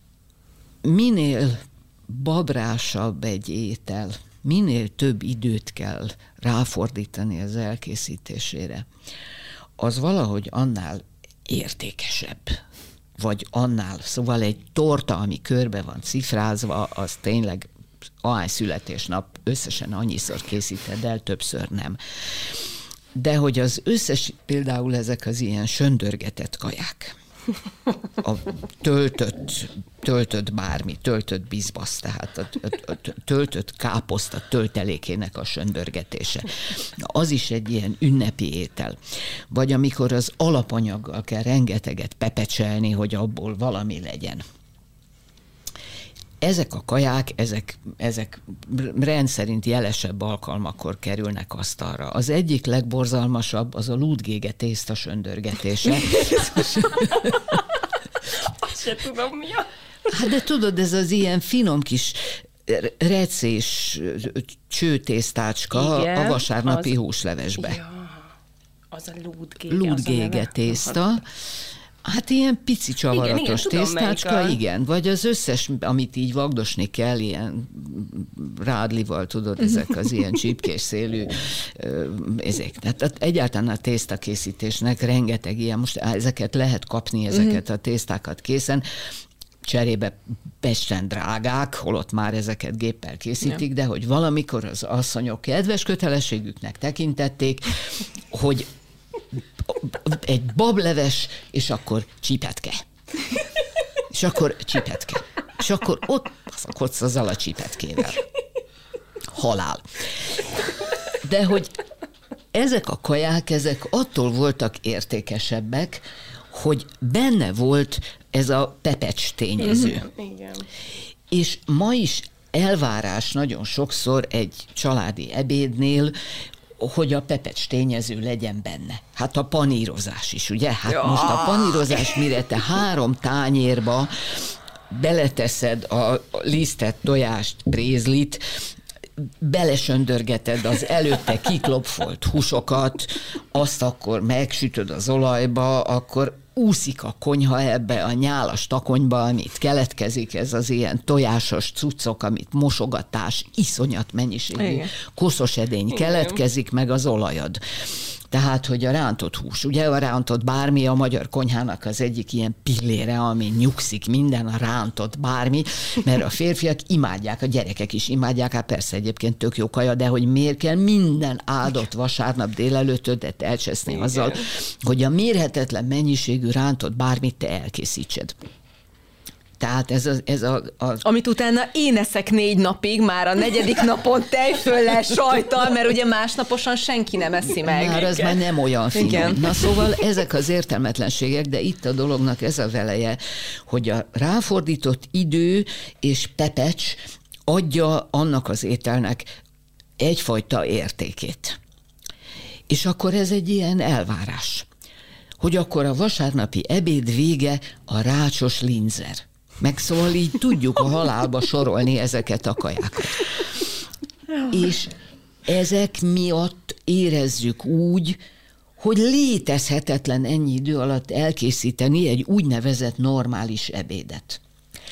minél babrásabb egy étel, minél több időt kell ráfordítani az elkészítésére, az valahogy annál értékesebb, vagy annál, szóval egy torta, ami körbe van cifrázva, az tényleg ahány születésnap összesen annyiszor készíted el, többször nem. De hogy az összes, például ezek az ilyen söndörgetett kaják, a töltött, töltött bármi, töltött bizbasz, tehát a, a, a töltött káposzta töltelékének a söndörgetése. Az is egy ilyen ünnepi étel. Vagy amikor az alapanyaggal kell rengeteget pepecselni, hogy abból valami legyen. Ezek a kaják, ezek, ezek rendszerint jelesebb alkalmakkor kerülnek asztalra. Az egyik legborzalmasabb az a lúdgége tészta söndörgetése. Azt se tudom, mi a... Hát de tudod, ez az ilyen finom kis recés csőtésztácska. Igen, a vasárnapi az... húslevesbe. Ja, az a lúdgége. Lúdgége tészta. Hát ilyen pici csavaratos igen, igen, tésztácska, igen, vagy az összes, amit így vagdosni kell, ilyen rádlival, tudod, ezek az ilyen csípkés szélű ezek. Tehát egyáltalán a tésztakészítésnek rengeteg ilyen, most ezeket lehet kapni, ezeket a tésztákat készen, cserébe Pesten drágák, holott már ezeket géppel készítik, ja. De hogy valamikor az asszonyok kedves kötelességüknek tekintették, hogy egy bableves, és akkor csipetke. És akkor csipetke. És akkor ott baszakodsz azzal a csipetkével. halál. De hogy ezek a kaják, ezek attól voltak értékesebbek, hogy benne volt ez a pepecs tényező. Igen. És ma is elvárás nagyon sokszor egy családi ebédnél, hogy a pepecs tényező legyen benne. Hát a panírozás is, ugye? Hát ja. Most a panírozás, mire te három tányérba beleteszed a lisztet, tojást, prézlit, belesöndörgeted az előtte kiklopfolt húsokat, azt akkor megsütöd az olajba, akkor úszik a konyha ebbe a nyálas takonyba, amit keletkezik, ez az ilyen tojásos cuccok, amit mosogatás, iszonyat mennyiségű Igen. koszos edény Igen. keletkezik, meg az olajad. Tehát, hogy a rántott hús, ugye a rántott bármi a magyar konyhának az egyik ilyen pillére, ami nyugszik minden, a rántott bármi, mert a férfiak imádják, a gyerekek is imádják, hát persze egyébként tök jó kaja, de hogy miért kell minden áldott vasárnap délelőttödet elcseszni Igen. azzal, hogy a mérhetetlen mennyiségű rántott bármit te elkészítsed. Tehát ez a, ez a, a... Amit utána én eszek négy napig, már a negyedik napon tejföllel, sajttal, mert ugye másnaposan senki nem eszi meg. Már ez már nem olyan finom. Igen. Na szóval ezek az értelmetlenségek, de itt a dolognak ez a veleje, hogy a ráfordított idő és pepecs adja annak az ételnek egyfajta értékét. És akkor ez egy ilyen elvárás, hogy akkor a vasárnapi ebéd vége a rácsos linzer. Meg szóval így tudjuk a halálba sorolni ezeket a kajákat. És ezek miatt érezzük úgy, hogy létezhetetlen ennyi idő alatt elkészíteni egy úgynevezett normális ebédet.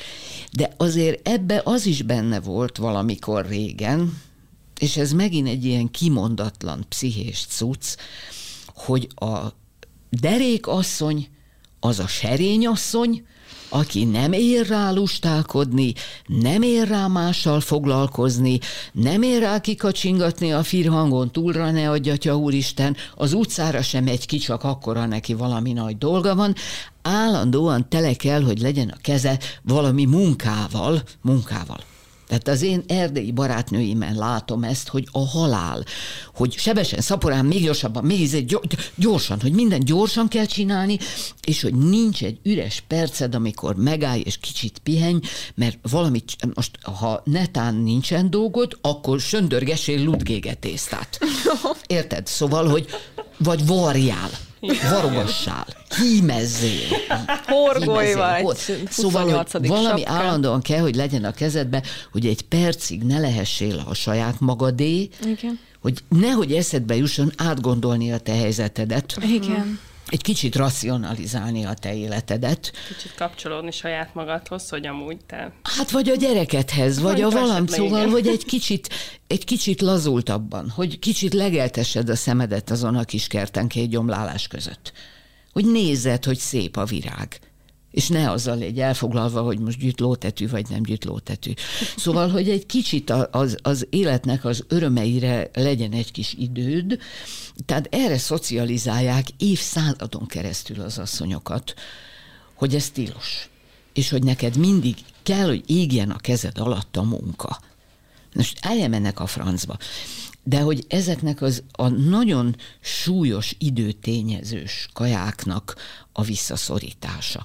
De azért ebbe az is benne volt valamikor régen, és ez megint egy ilyen kimondatlan pszichés cucc, hogy a derékasszony az a serényasszony, aki nem ér rá lustálkodni, nem ér rá mással foglalkozni, nem ér rá kikacsingatni a firhangon túlra, ne adj atya úristen, az utcára sem megy ki, csak akkora neki valami nagy dolga van, állandóan tele kell, hogy legyen a keze valami munkával, munkával. Tehát az én erdélyi barátnőimen látom ezt, hogy a halál, hogy sebesen, szaporán, még gyorsabban, még gyorsan, hogy minden gyorsan kell csinálni, és hogy nincs egy üres perced, amikor megállj és kicsit pihenj, mert valamit, most ha netán nincsen dolgod, akkor söndörgessél ludgégetésztát. Érted? Szóval, hogy vagy varjál. Varogassál, hímezzél. Horgolj vagy. Szóval, hogy valami sapkán. Állandóan kell, hogy legyen a kezedbe, hogy egy percig ne lehessél a saját magadé, Igen. hogy nehogy eszedbe jusson átgondolni a te helyzetedet. Igen. Egy kicsit racionalizálni a te életedet. Kicsit kapcsolódni saját magadhoz, hogy amúgy te... Hát vagy a gyerekedhez, vagy a valami, szóval, hogy egy kicsit, egy kicsit lazultabban, hogy kicsit legeltessed a szemedet azon a kis kerten két gyomlálás között. Hogy nézzed, hogy szép a virág. És ne azzal légy elfoglalva, hogy most gyűjt lótetű, vagy nem gyűjt lótetű. Szóval, hogy egy kicsit az, az életnek az örömeire legyen egy kis időd, tehát erre szocializálják évszázadon keresztül az asszonyokat, hogy ez tilos. És hogy neked mindig kell, hogy égjen a kezed alatt a munka. Most eljemennek a francba. De hogy ezeknek az a nagyon súlyos időtényezős kajáknak a visszaszorítása.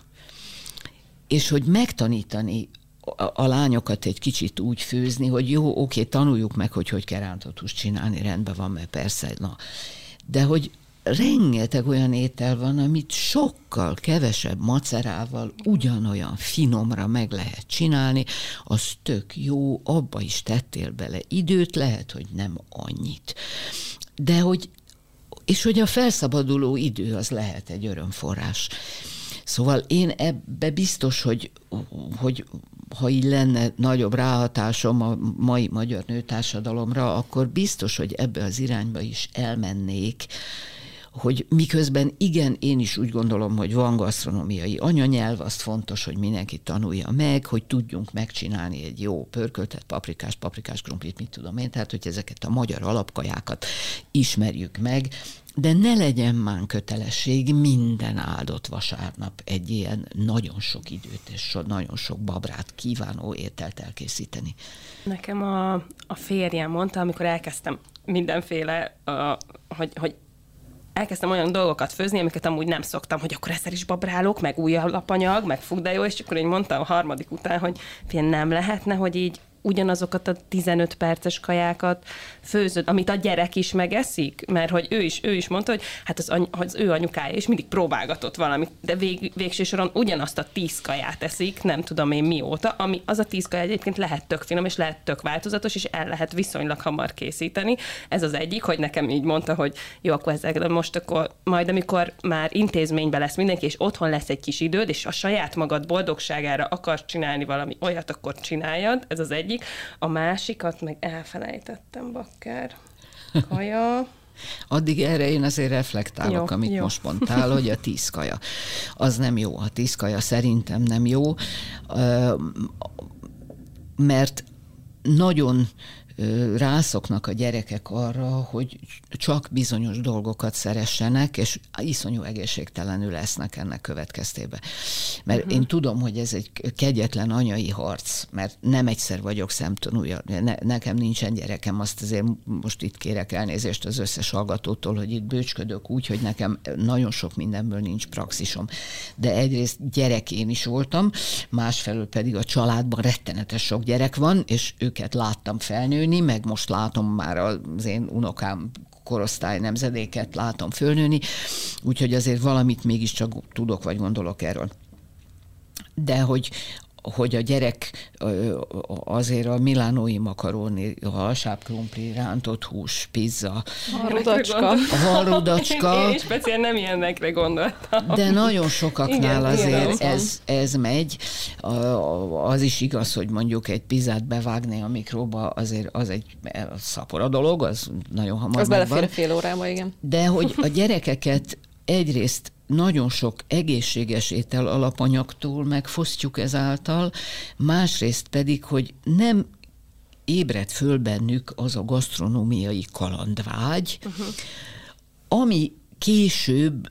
És hogy megtanítani a, a lányokat egy kicsit úgy főzni, hogy jó, oké, tanuljuk meg, hogy hogy kell rántott húst csinálni, rendben van, mert persze, na. De hogy rengeteg olyan étel van, amit sokkal kevesebb macerával ugyanolyan finomra meg lehet csinálni, az tök jó, abba is tettél bele időt, lehet, hogy nem annyit. De hogy, és hogy a felszabaduló idő az lehet egy örömforrás. Szóval én ebbe biztos, hogy, hogy ha így lenne nagyobb ráhatásom a mai magyar nőtársadalomra, akkor biztos, hogy ebbe az irányba is elmennék, hogy miközben igen, én is úgy gondolom, hogy van gasztronómiai anyanyelv, azt fontos, hogy mindenki tanulja meg, hogy tudjunk megcsinálni egy jó pörköltet, paprikás, paprikás krumplit, mit tudom én, tehát hogy ezeket a magyar alapkajákat ismerjük meg, de ne legyen már kötelesség minden áldott vasárnap egy ilyen nagyon sok időt és nagyon sok babrát kívánó ételt elkészíteni. Nekem a, a férjem mondta, amikor elkezdtem mindenféle, uh, hogy, hogy elkezdtem olyan dolgokat főzni, amiket amúgy nem szoktam, hogy akkor ezzel is babrálok, meg új alapanyag, meg fú, de jó, és akkor én mondtam a harmadik után, hogy fél nem lehetne, hogy így ugyanazokat a tizenöt perces kajákat főzöd, amit a gyerek is megeszik, mert hogy ő is, ő is mondta, hogy hát az, any, az ő anyukája is mindig próbálgatott valamit, de vég, végső soron ugyanazt a tíz kaját eszik, nem tudom én mióta, ami az a tíz kaja egyébként lehet tök finom, és lehet tök változatos, és el lehet viszonylag hamar készíteni. Ez az egyik, hogy nekem így mondta, hogy jó, akkor ezek, de most akkor majd, amikor már intézményben lesz mindenki, és otthon lesz egy kis időd, és a saját magad boldogságára akarsz csinálni valami olyat, akkor csináljad, ez az egyik. A másikat meg elfelejtettem, bakker. Kaja. Addig erre én azért reflektálok, jó, amit jó. most mondtál, hogy a tíz kaja. Az nem jó. A tíz kaja szerintem nem jó, mert nagyon rászoknak a gyerekek arra, hogy csak bizonyos dolgokat szeressenek, és iszonyú egészségtelenül lesznek ennek következtében. Mert uh-huh. én tudom, hogy ez egy kegyetlen anyai harc, mert nem egyszer vagyok szemtanúja. Ne, nekem nincsen gyerekem, azt azért most itt kérek elnézést az összes hallgatótól, hogy itt bőcsködök úgy, hogy nekem nagyon sok mindenből nincs praxisom. De egyrészt gyerek én is voltam, másfelől pedig a családban rettenetes sok gyerek van, és őket láttam felnőni, meg most látom már az én unokám korosztály nemzedéket látom fölnőni, úgyhogy azért valamit mégiscsak tudok, vagy gondolok erről. De hogy hogy a gyerek azért a milánói makaróni, a halsábkrumpli, rántott hús, pizza. Halrudacska. A halrudacska. Én speciál nem ilyenekre gondoltam. De nagyon sokaknál igen, azért igen, ez, ez megy. Az is igaz, hogy mondjuk egy pizzát bevágni a mikróba, azért az egy szapora dolog, az nagyon hamar az megvan. Az belefér fél órába, igen. De hogy a gyerekeket egyrészt nagyon sok egészséges étel alapanyagtól megfosztjuk ezáltal, másrészt pedig, hogy nem ébred föl bennük az a gasztronómiai kalandvágy, uh-huh. ami később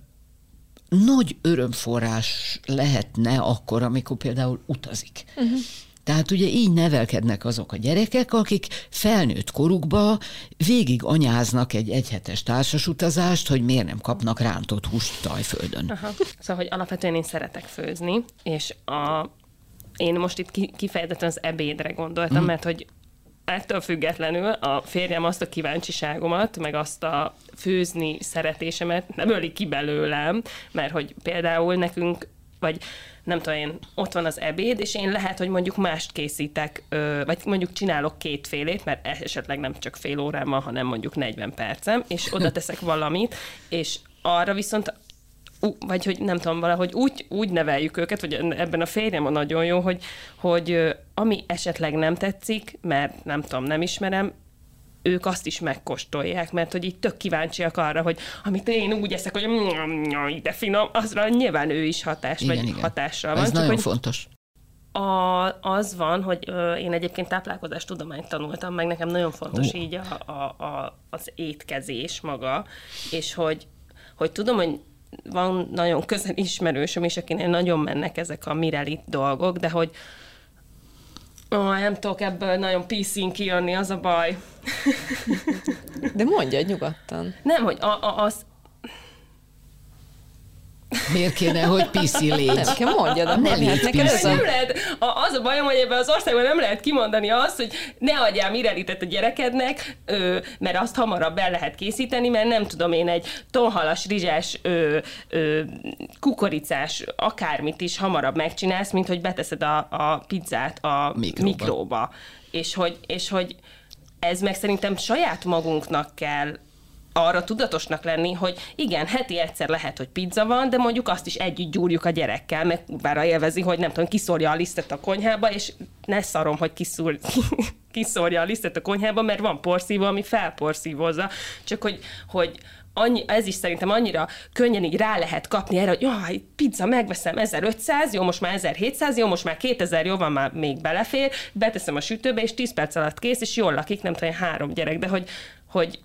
nagy örömforrás lehetne akkor, amikor például utazik. Uh-huh. Tehát ugye így nevelkednek azok a gyerekek, akik felnőtt korukba végig anyáznak egy egyhetes társasutazást, hogy miért nem kapnak rántott húst Tajföldön. Aha. Szóval, hogy alapvetően én szeretek főzni, és a, én most itt kifejezetten az ebédre gondoltam, mm. mert hogy ettől függetlenül a férjem azt a kíváncsiságomat, meg azt a főzni szeretésemet nem öli ki belőlem, mert hogy például nekünk, vagy nem tudom én, ott van az ebéd, és én lehet, hogy mondjuk mást készítek, vagy mondjuk csinálok kétfélét, mert esetleg nem csak fél órám van, hanem mondjuk negyven percem, és oda teszek valamit, és arra viszont, vagy hogy nem tudom, valahogy úgy, úgy neveljük őket, vagy ebben a férjem a nagyon jó, hogy, hogy ami esetleg nem tetszik, mert nem tudom, nem ismerem, ők azt is megkóstolják, mert hogy így tök kíváncsiak arra, hogy amit én úgy eszek, hogy de finom, azra nyilván ő is hatás, igen, vagy igen. hatással van. Ez csak nagyon hogy fontos. A, az van, hogy ö, én egyébként táplálkozástudományt tanultam, meg nekem nagyon fontos oh. így a, a, a, az étkezés maga, és hogy, hogy tudom, hogy van nagyon közel ismerősöm is, akinek nagyon mennek ezek a mirelit dolgok, de hogy oh, nem tudok ebből nagyon pé cén kijönni, az a baj. De mondja nyugodtan. Nem, hogy a, a, az... Miért kéne, hogy pé cé légy? Nem, kell mondjad, de ne légy nekem ez nem lehet, az a bajom, hogy ebben az országban nem lehet kimondani azt, hogy ne adjál mirelitet a gyerekednek, ö, mert azt hamarabb el lehet készíteni, mert nem tudom én, egy tonhalas, rizsás, ö, ö, kukoricás, akármit is hamarabb megcsinálsz, mint hogy beteszed a, a pizzát a mikróba. mikróba. És hogy, és hogy ez meg szerintem saját magunknak kell arra tudatosnak lenni, hogy igen, heti egyszer lehet, hogy pizza van, de mondjuk azt is együtt gyúrjuk a gyerekkel, meg bár élvezi, hogy nem tudom, kiszórja a lisztet a konyhába, és ne szarom, hogy kiszúr, kiszórja a lisztet a konyhába, mert van porszívó, ami felporszívozza, csak hogy, hogy annyi, ez is szerintem annyira könnyen így rá lehet kapni erre, hogy jaj, pizza, megveszem ezerötszáz, jó, most már ezerhétszáz, jó, most már kétezer, jó, van, már még belefér, beteszem a sütőbe, és tíz perc alatt kész, és jól lakik, nem tudom, három gyerek, de hogy, hogy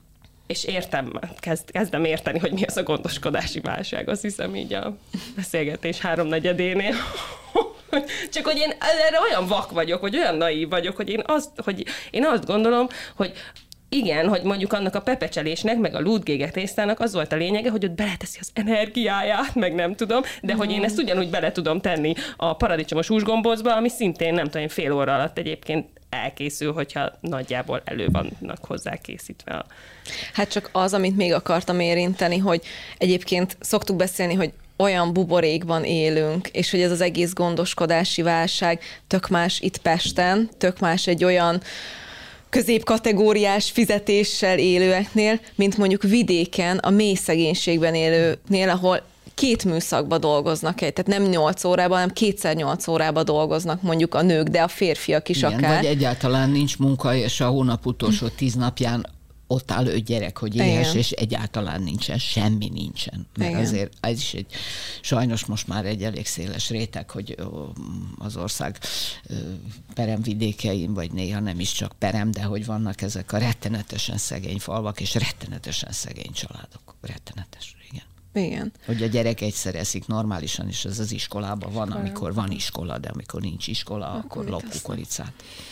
és értem, kezd, kezdem érteni, hogy mi az a gondoskodási válság, azt hiszem így a beszélgetés háromnegyedénél. Csak hogy én erre olyan vak vagyok, vagy olyan naív vagyok, hogy én azt, hogy én azt gondolom, hogy igen, hogy mondjuk annak a pepecselésnek, meg a lúdgége tésztának az volt a lényege, hogy ott beleteszi az energiáját, meg nem tudom, de mm. hogy én ezt ugyanúgy bele tudom tenni a paradicsomos húsgombócba, ami szintén nem tudom, fél óra alatt egyébként elkészül, hogyha nagyjából elő vannak hozzá készítve. A... Hát csak az, amit még akartam érinteni, hogy egyébként szoktuk beszélni, hogy olyan buborékban élünk, és hogy ez az egész gondoskodási válság tök más itt Pesten, tök más egy olyan középkategóriás fizetéssel élőeknél, mint mondjuk vidéken, a mély szegénységben élőknél, ahol két műszakba dolgoznak, tehát nem nyolc órában, hanem kétszer nyolc órában dolgoznak mondjuk a nők, de a férfiak is igen, akár. Vagy egyáltalán nincs munka, és a hónap utolsó tíz napján ott áll öt gyerek, hogy éhes, és egyáltalán nincsen, semmi nincsen. Mert igen. Azért ez is egy, sajnos most már egy elég széles réteg, hogy az ország peremvidékein, vagy néha nem is csak perem, de hogy vannak ezek a rettenetesen szegény falvak, és rettenetesen szegény családok. Rettenetes, igen. Igen. Hogy a gyerek egyszer eszik normálisan, és ez az iskolában van, amikor van iskola, de amikor nincs iskola, akkor, akkor lop kukoricát.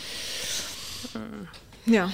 Ja.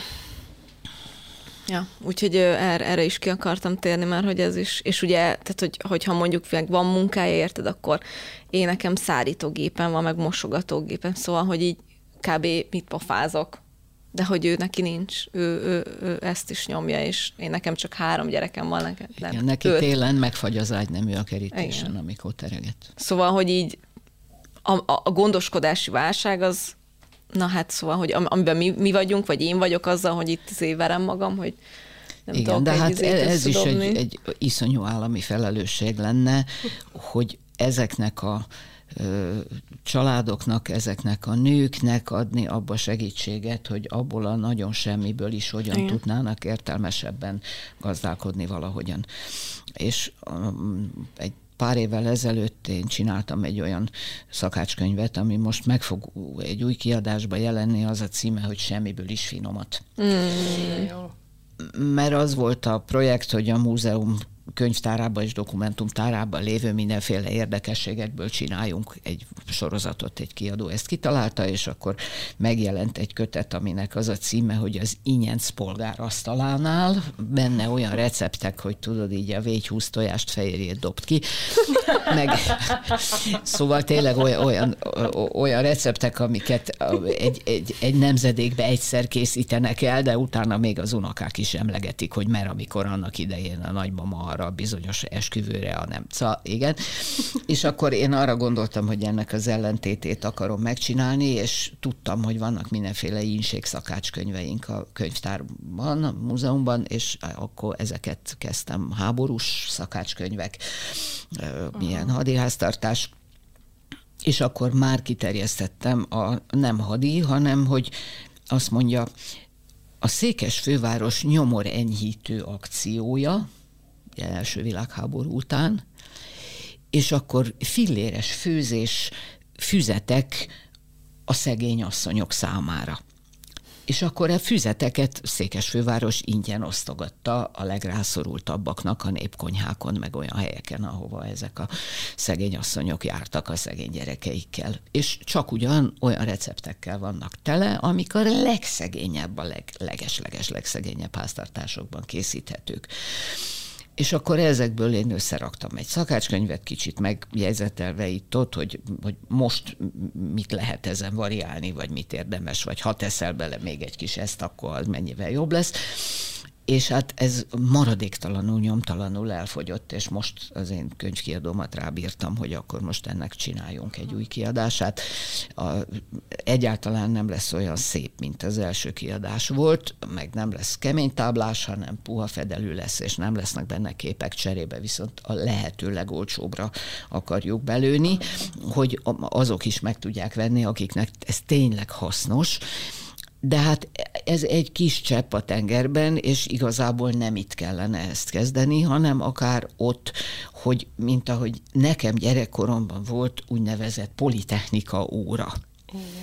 Ja, úgyhogy erre, erre is ki akartam térni már, hogy ez is, és ugye, tehát, hogy, hogyha mondjuk van munkája, érted, akkor én nekem szárítógépen van, meg mosogatógépen, szóval, hogy így kb. Mit pofázok, de hogy ő neki nincs, ő, ő, ő ezt is nyomja, és én nekem csak három gyerekem van, nekem nem. Igen, neki öt. Télen megfagy az ágynemű a kerítésen, igen. Amikor tereget. Szóval, hogy így a, a, a gondoskodási válság az, na hát szóval, hogy amiben mi, mi vagyunk, vagy én vagyok azzal, hogy itt azért verem magam, hogy nem igen, tudok de egy hát izét ez is összedobni. egy, egy iszonyú állami felelősség lenne, hogy ezeknek a ö, családoknak, ezeknek a nőknek adni abba segítséget, hogy abból a nagyon semmiből is hogyan igen. tudnának értelmesebben gazdálkodni valahogyan. És um, egy pár évvel ezelőtt én csináltam egy olyan szakácskönyvet, ami most meg fog egy új kiadásba jelenni, az a címe, hogy Semmiből is finomat. Mm. Mert az volt a projekt, hogy a múzeum könyvtárában és dokumentumtárában lévő mindenféle érdekességekből csináljunk egy sorozatot, egy kiadó ezt kitalálta, és akkor megjelent egy kötet, aminek az a címe, hogy az Inyenc polgár asztalánál, benne olyan receptek, hogy tudod, így a végyhúsz tojást fehérjét dobt ki, meg szóval tényleg olyan, olyan, olyan receptek, amiket egy, egy, egy nemzedékbe egyszer készítenek el, de utána még az unokák is emlegetik, hogy mert amikor annak idején a nagymama arra a bizonyos esküvőre, a nem. Szóval igen. És akkor én arra gondoltam, hogy ennek az ellentétét akarom megcsinálni, és tudtam, hogy vannak mindenféle ínségszakácskönyveink a könyvtárban, a múzeumban, és akkor ezeket kezdtem. Háborús szakácskönyvek, milyen hadiháztartás, és akkor már kiterjesztettem a nem hadi, hanem hogy azt mondja, a Székes főváros nyomor enyhítő akciója, első világháború után, és akkor filléres főzés, füzetek a szegény asszonyok számára. És akkor a füzeteket Székesfőváros ingyen osztogatta a legrászorultabbaknak a népkonyhákon, meg olyan helyeken, ahova ezek a szegény asszonyok jártak a szegény gyerekeikkel. És csak ugyan olyan receptekkel vannak tele, amik a legszegényebb, a leg, leges-leges legszegényebb háztartásokban készíthetők. És akkor ezekből én összeraktam egy szakácskönyvet, kicsit megjegyzetelve itt ott, hogy, hogy most mit lehet ezen variálni, vagy mit érdemes, vagy ha teszel bele még egy kis ezt, akkor az mennyivel jobb lesz. És hát ez maradéktalanul, nyomtalanul elfogyott, és most az én könyvkiadómat rábírtam, hogy akkor most ennek csináljunk egy új kiadását. A, egyáltalán nem lesz olyan szép, mint az első kiadás volt, meg nem lesz kemény táblás, hanem puha fedelű lesz, és nem lesznek benne képek, cserébe viszont a lehető legolcsóbbra akarjuk belőni, hogy azok is meg tudják venni, akiknek ez tényleg hasznos. De hát ez egy kis csepp a tengerben, és igazából nem itt kellene ezt kezdeni, hanem akár ott, hogy mint ahogy nekem gyerekkoromban volt úgynevezett politechnika óra. Igen.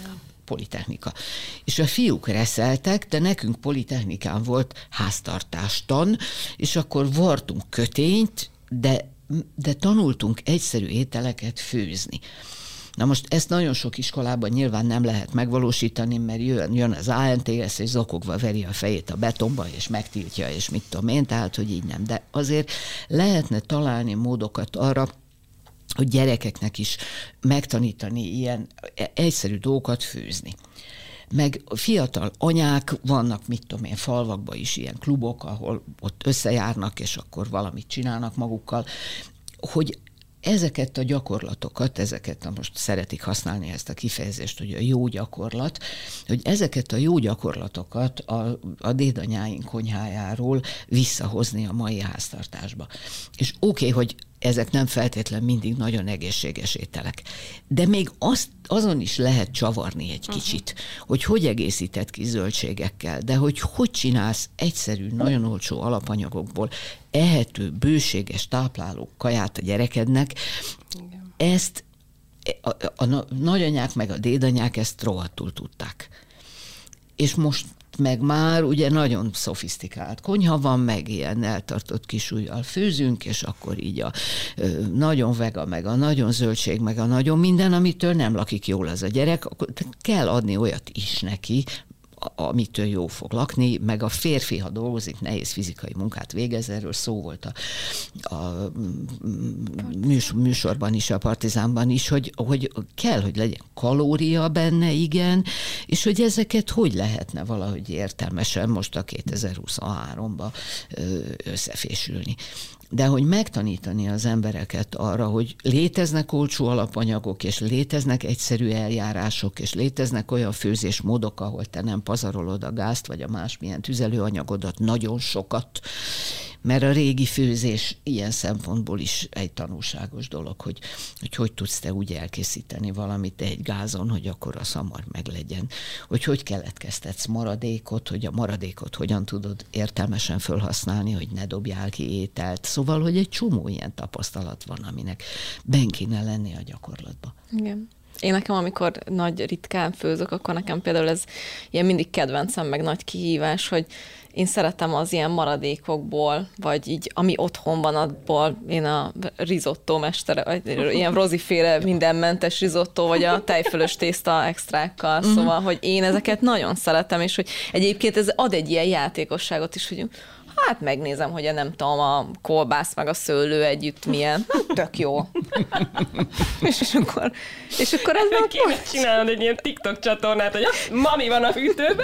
politechnika. És a fiúk reszeltek, de nekünk politechnikán volt háztartástan, és akkor vartunk kötényt, de, de tanultunk egyszerű ételeket főzni. Na most ezt nagyon sok iskolában nyilván nem lehet megvalósítani, mert jön, jön az á en té es, és zokogva veri a fejét a betonba, és megtiltja, és mit tudom én, tehát, hogy így nem. De azért lehetne találni módokat arra, hogy gyerekeknek is megtanítani ilyen egyszerű dolgokat főzni. Meg fiatal anyák, vannak, mit tudom én, falvakban is ilyen klubok, ahol ott összejárnak, és akkor valamit csinálnak magukkal, hogy ezeket a gyakorlatokat, ezeket, a most szeretik használni ezt a kifejezést, hogy a jó gyakorlat, hogy ezeket a jó gyakorlatokat a, a dédanyáink konyhájáról visszahozni a mai háztartásba. És oké, okay, hogy ezek nem feltétlen mindig nagyon egészséges ételek. De még azt, azon is lehet csavarni egy kicsit, uh-huh. hogy hogy egészített ki zöldségekkel, de hogy hogy csinálsz egyszerű, nagyon olcsó alapanyagokból ehető, bőséges, tápláló kaját a gyerekednek. Igen. Ezt a, a, a nagyanyák meg a dédanyák ezt rohadtul tudták. És most meg már ugye nagyon szofisztikált konyha van, meg ilyen eltartott kis ujjal főzünk, és akkor így a ö, nagyon vega, meg a nagyon zöldség, meg a nagyon minden, amitől nem lakik jól az a gyerek, akkor kell adni olyat is neki, amitől jó fog lakni, meg a férfi, ha dolgozik, nehéz fizikai munkát végez, erről szó volt a, a műsorban is, a Partizánban is, hogy, hogy kell, hogy legyen kalória benne, igen, és hogy ezeket hogy lehetne valahogy értelmesen most a kétezer-huszonháromba összefésülni. De hogy megtanítani az embereket arra, hogy léteznek olcsó alapanyagok, és léteznek egyszerű eljárások, és léteznek olyan főzésmódok, ahol te nem pazarolod a gázt, vagy a másmilyen tüzelőanyagodat nagyon sokat, mert a régi főzés ilyen szempontból is egy tanulságos dolog, hogy hogy, hogy tudsz te úgy elkészíteni valamit egy gázon, hogy akkor a szamar meglegyen. Hogy hogy keletkeztetsz maradékot, hogy a maradékot hogyan tudod értelmesen felhasználni, hogy ne dobjál ki ételt. Szóval, hogy egy csomó ilyen tapasztalat van, aminek benn kéne lenni a gyakorlatban. Igen. Én nekem, amikor nagy ritkán főzök, akkor nekem például ez ilyen mindig kedvencem, meg nagy kihívás, hogy én szeretem az ilyen maradékokból, vagy így, ami otthon van, abból én a risotto mestere, vagy ilyen roziféle mindenmentes risotto, vagy a tejfölös tészta extrákkal, uh-huh. Szóval, hogy én ezeket nagyon szeretem, és hogy egyébként ez ad egy ilyen játékosságot is, hogy hát megnézem, hogy a nem tudom, a kolbász meg a szőlő együtt milyen. Hát tök jó. és, és, akkor, és akkor ez meg kéne csinálnod egy ilyen TikTok csatornát, hogy mami van a fűtőben.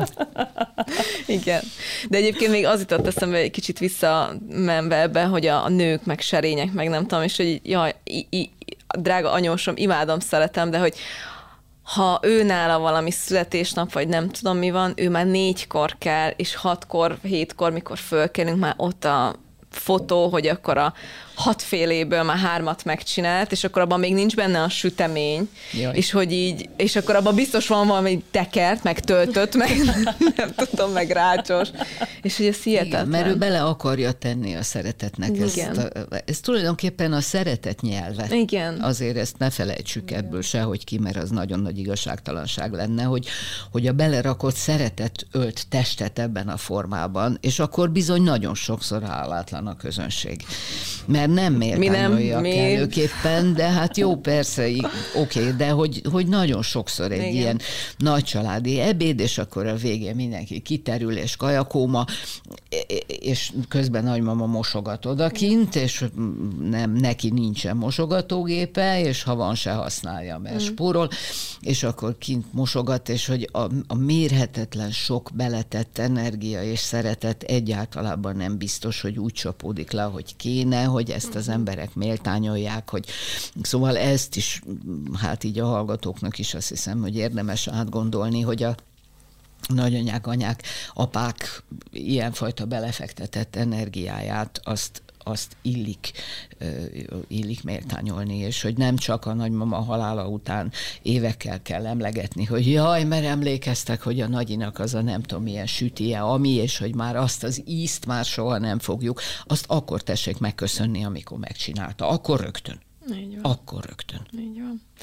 Igen. De egyébként még az jutott eszembe egy kicsit visszamenve ebbe, hogy a, a nők, meg serények, meg nem tudom, és hogy jaj, i, i, drága anyósom, imádom, szeretem, de hogy ha ő nála valami születésnap, vagy nem tudom mi van, ő már négykor kell, és hatkor, hétkor, mikor fölkelünk, már ott a fotó, hogy akkor a hat féléből már hármat megcsinált, és akkor abban még nincs benne a sütemény, jaj. És hogy így, és akkor abban biztos van valami tekert, meg töltött, meg nem tudom, meg rácsos, és hogy ez hihetetlen. Igen, mert ő bele akarja tenni a szeretetnek. Ezt a, ez tulajdonképpen a szeretet nyelve. Igen. Azért ezt ne felejtsük ebből sehogy ki, mert az nagyon nagy igazságtalanság lenne, hogy, hogy a belerakott szeretet ölt testet ebben a formában, és akkor bizony nagyon sokszor hálátlan a közönség. Mert nem méltányolja kellőképpen, de hát jó, persze, oké, okay, de hogy, hogy nagyon sokszor egy igen. ilyen nagy családi ebéd, és akkor a végén mindenki kiterül, és kajakóma, és közben nagymama mosogat odakint, és nem, neki nincsen mosogatógépe, és ha van, se használja, mert mm. spórol, és akkor kint mosogat, és hogy a, a mérhetetlen sok beletett energia és szeretet egyáltalában nem biztos, hogy úgy csapódik le, hogy kéne, hogy ezt az emberek méltányolják, hogy szóval ezt is, hát így a hallgatóknak is azt hiszem, hogy érdemes átgondolni, hogy a nagyanyák, anyák, apák ilyenfajta belefektetett energiáját, azt azt illik, illik méltányolni, és hogy nem csak a nagymama halála után évekkel kell emlegetni, hogy jaj, mert emlékeztek, hogy a nagyinak az a nem tudom milyen sütije, ami, és hogy már azt az ízt már soha nem fogjuk, azt akkor tessék megköszönni, amikor megcsinálta. Akkor rögtön. Így van. Akkor rögtön. Így van.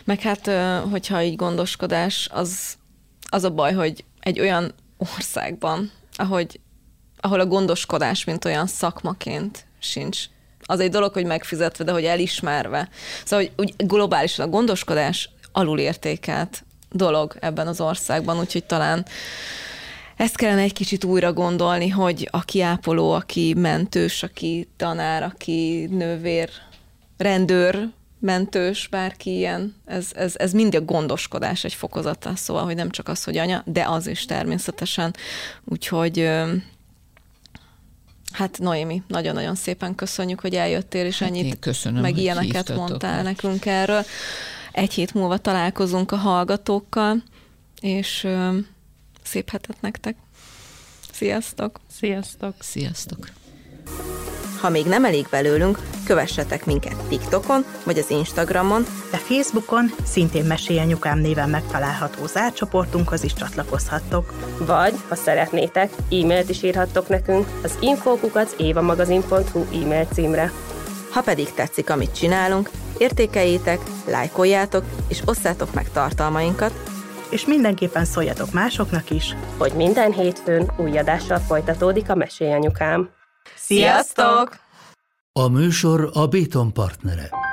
Meg hát, hogyha így gondoskodás, az, az a baj, hogy egy olyan országban, ahogy, ahol a gondoskodás, mint olyan szakmaként sincs. Az egy dolog, hogy megfizetve, de hogy elismerve. Szóval, hogy úgy globálisan a gondoskodás alulértékelt dolog ebben az országban, úgyhogy talán ezt kellene egy kicsit újra gondolni, hogy aki ápoló, aki mentős, aki tanár, aki nővér, rendőr, mentős, bárki ilyen, ez, ez, ez mind a gondoskodás egy fokozata, szóval, hogy nem csak az, hogy anya, de az is természetesen. Úgyhogy hát Noémi, nagyon-nagyon szépen köszönjük, hogy eljöttél, és hát ennyit, köszönöm, meg ilyeneket mondtál meg. nekünk erről. Egy hét múlva találkozunk a hallgatókkal, és ö, szép hetet nektek. Sziasztok! Sziasztok! Sziasztok! Ha még nem elég belőlünk, kövessetek minket TikTokon vagy az Instagramon, de Facebookon szintén Mesélj Anyukám néven megtalálható zárt csoportunkhoz is csatlakozhattok. Vagy, ha szeretnétek, e-mailt is írhattok nekünk az info kukac évamagazin pont hu e-mail címre. Ha pedig tetszik, amit csinálunk, értékeljétek, lájkoljátok és osszátok meg tartalmainkat, és mindenképpen szóljatok másoknak is, hogy minden hétfőn új adással folytatódik a Mesélj Anyukám. Sziasztok! A műsor a Béton partnere.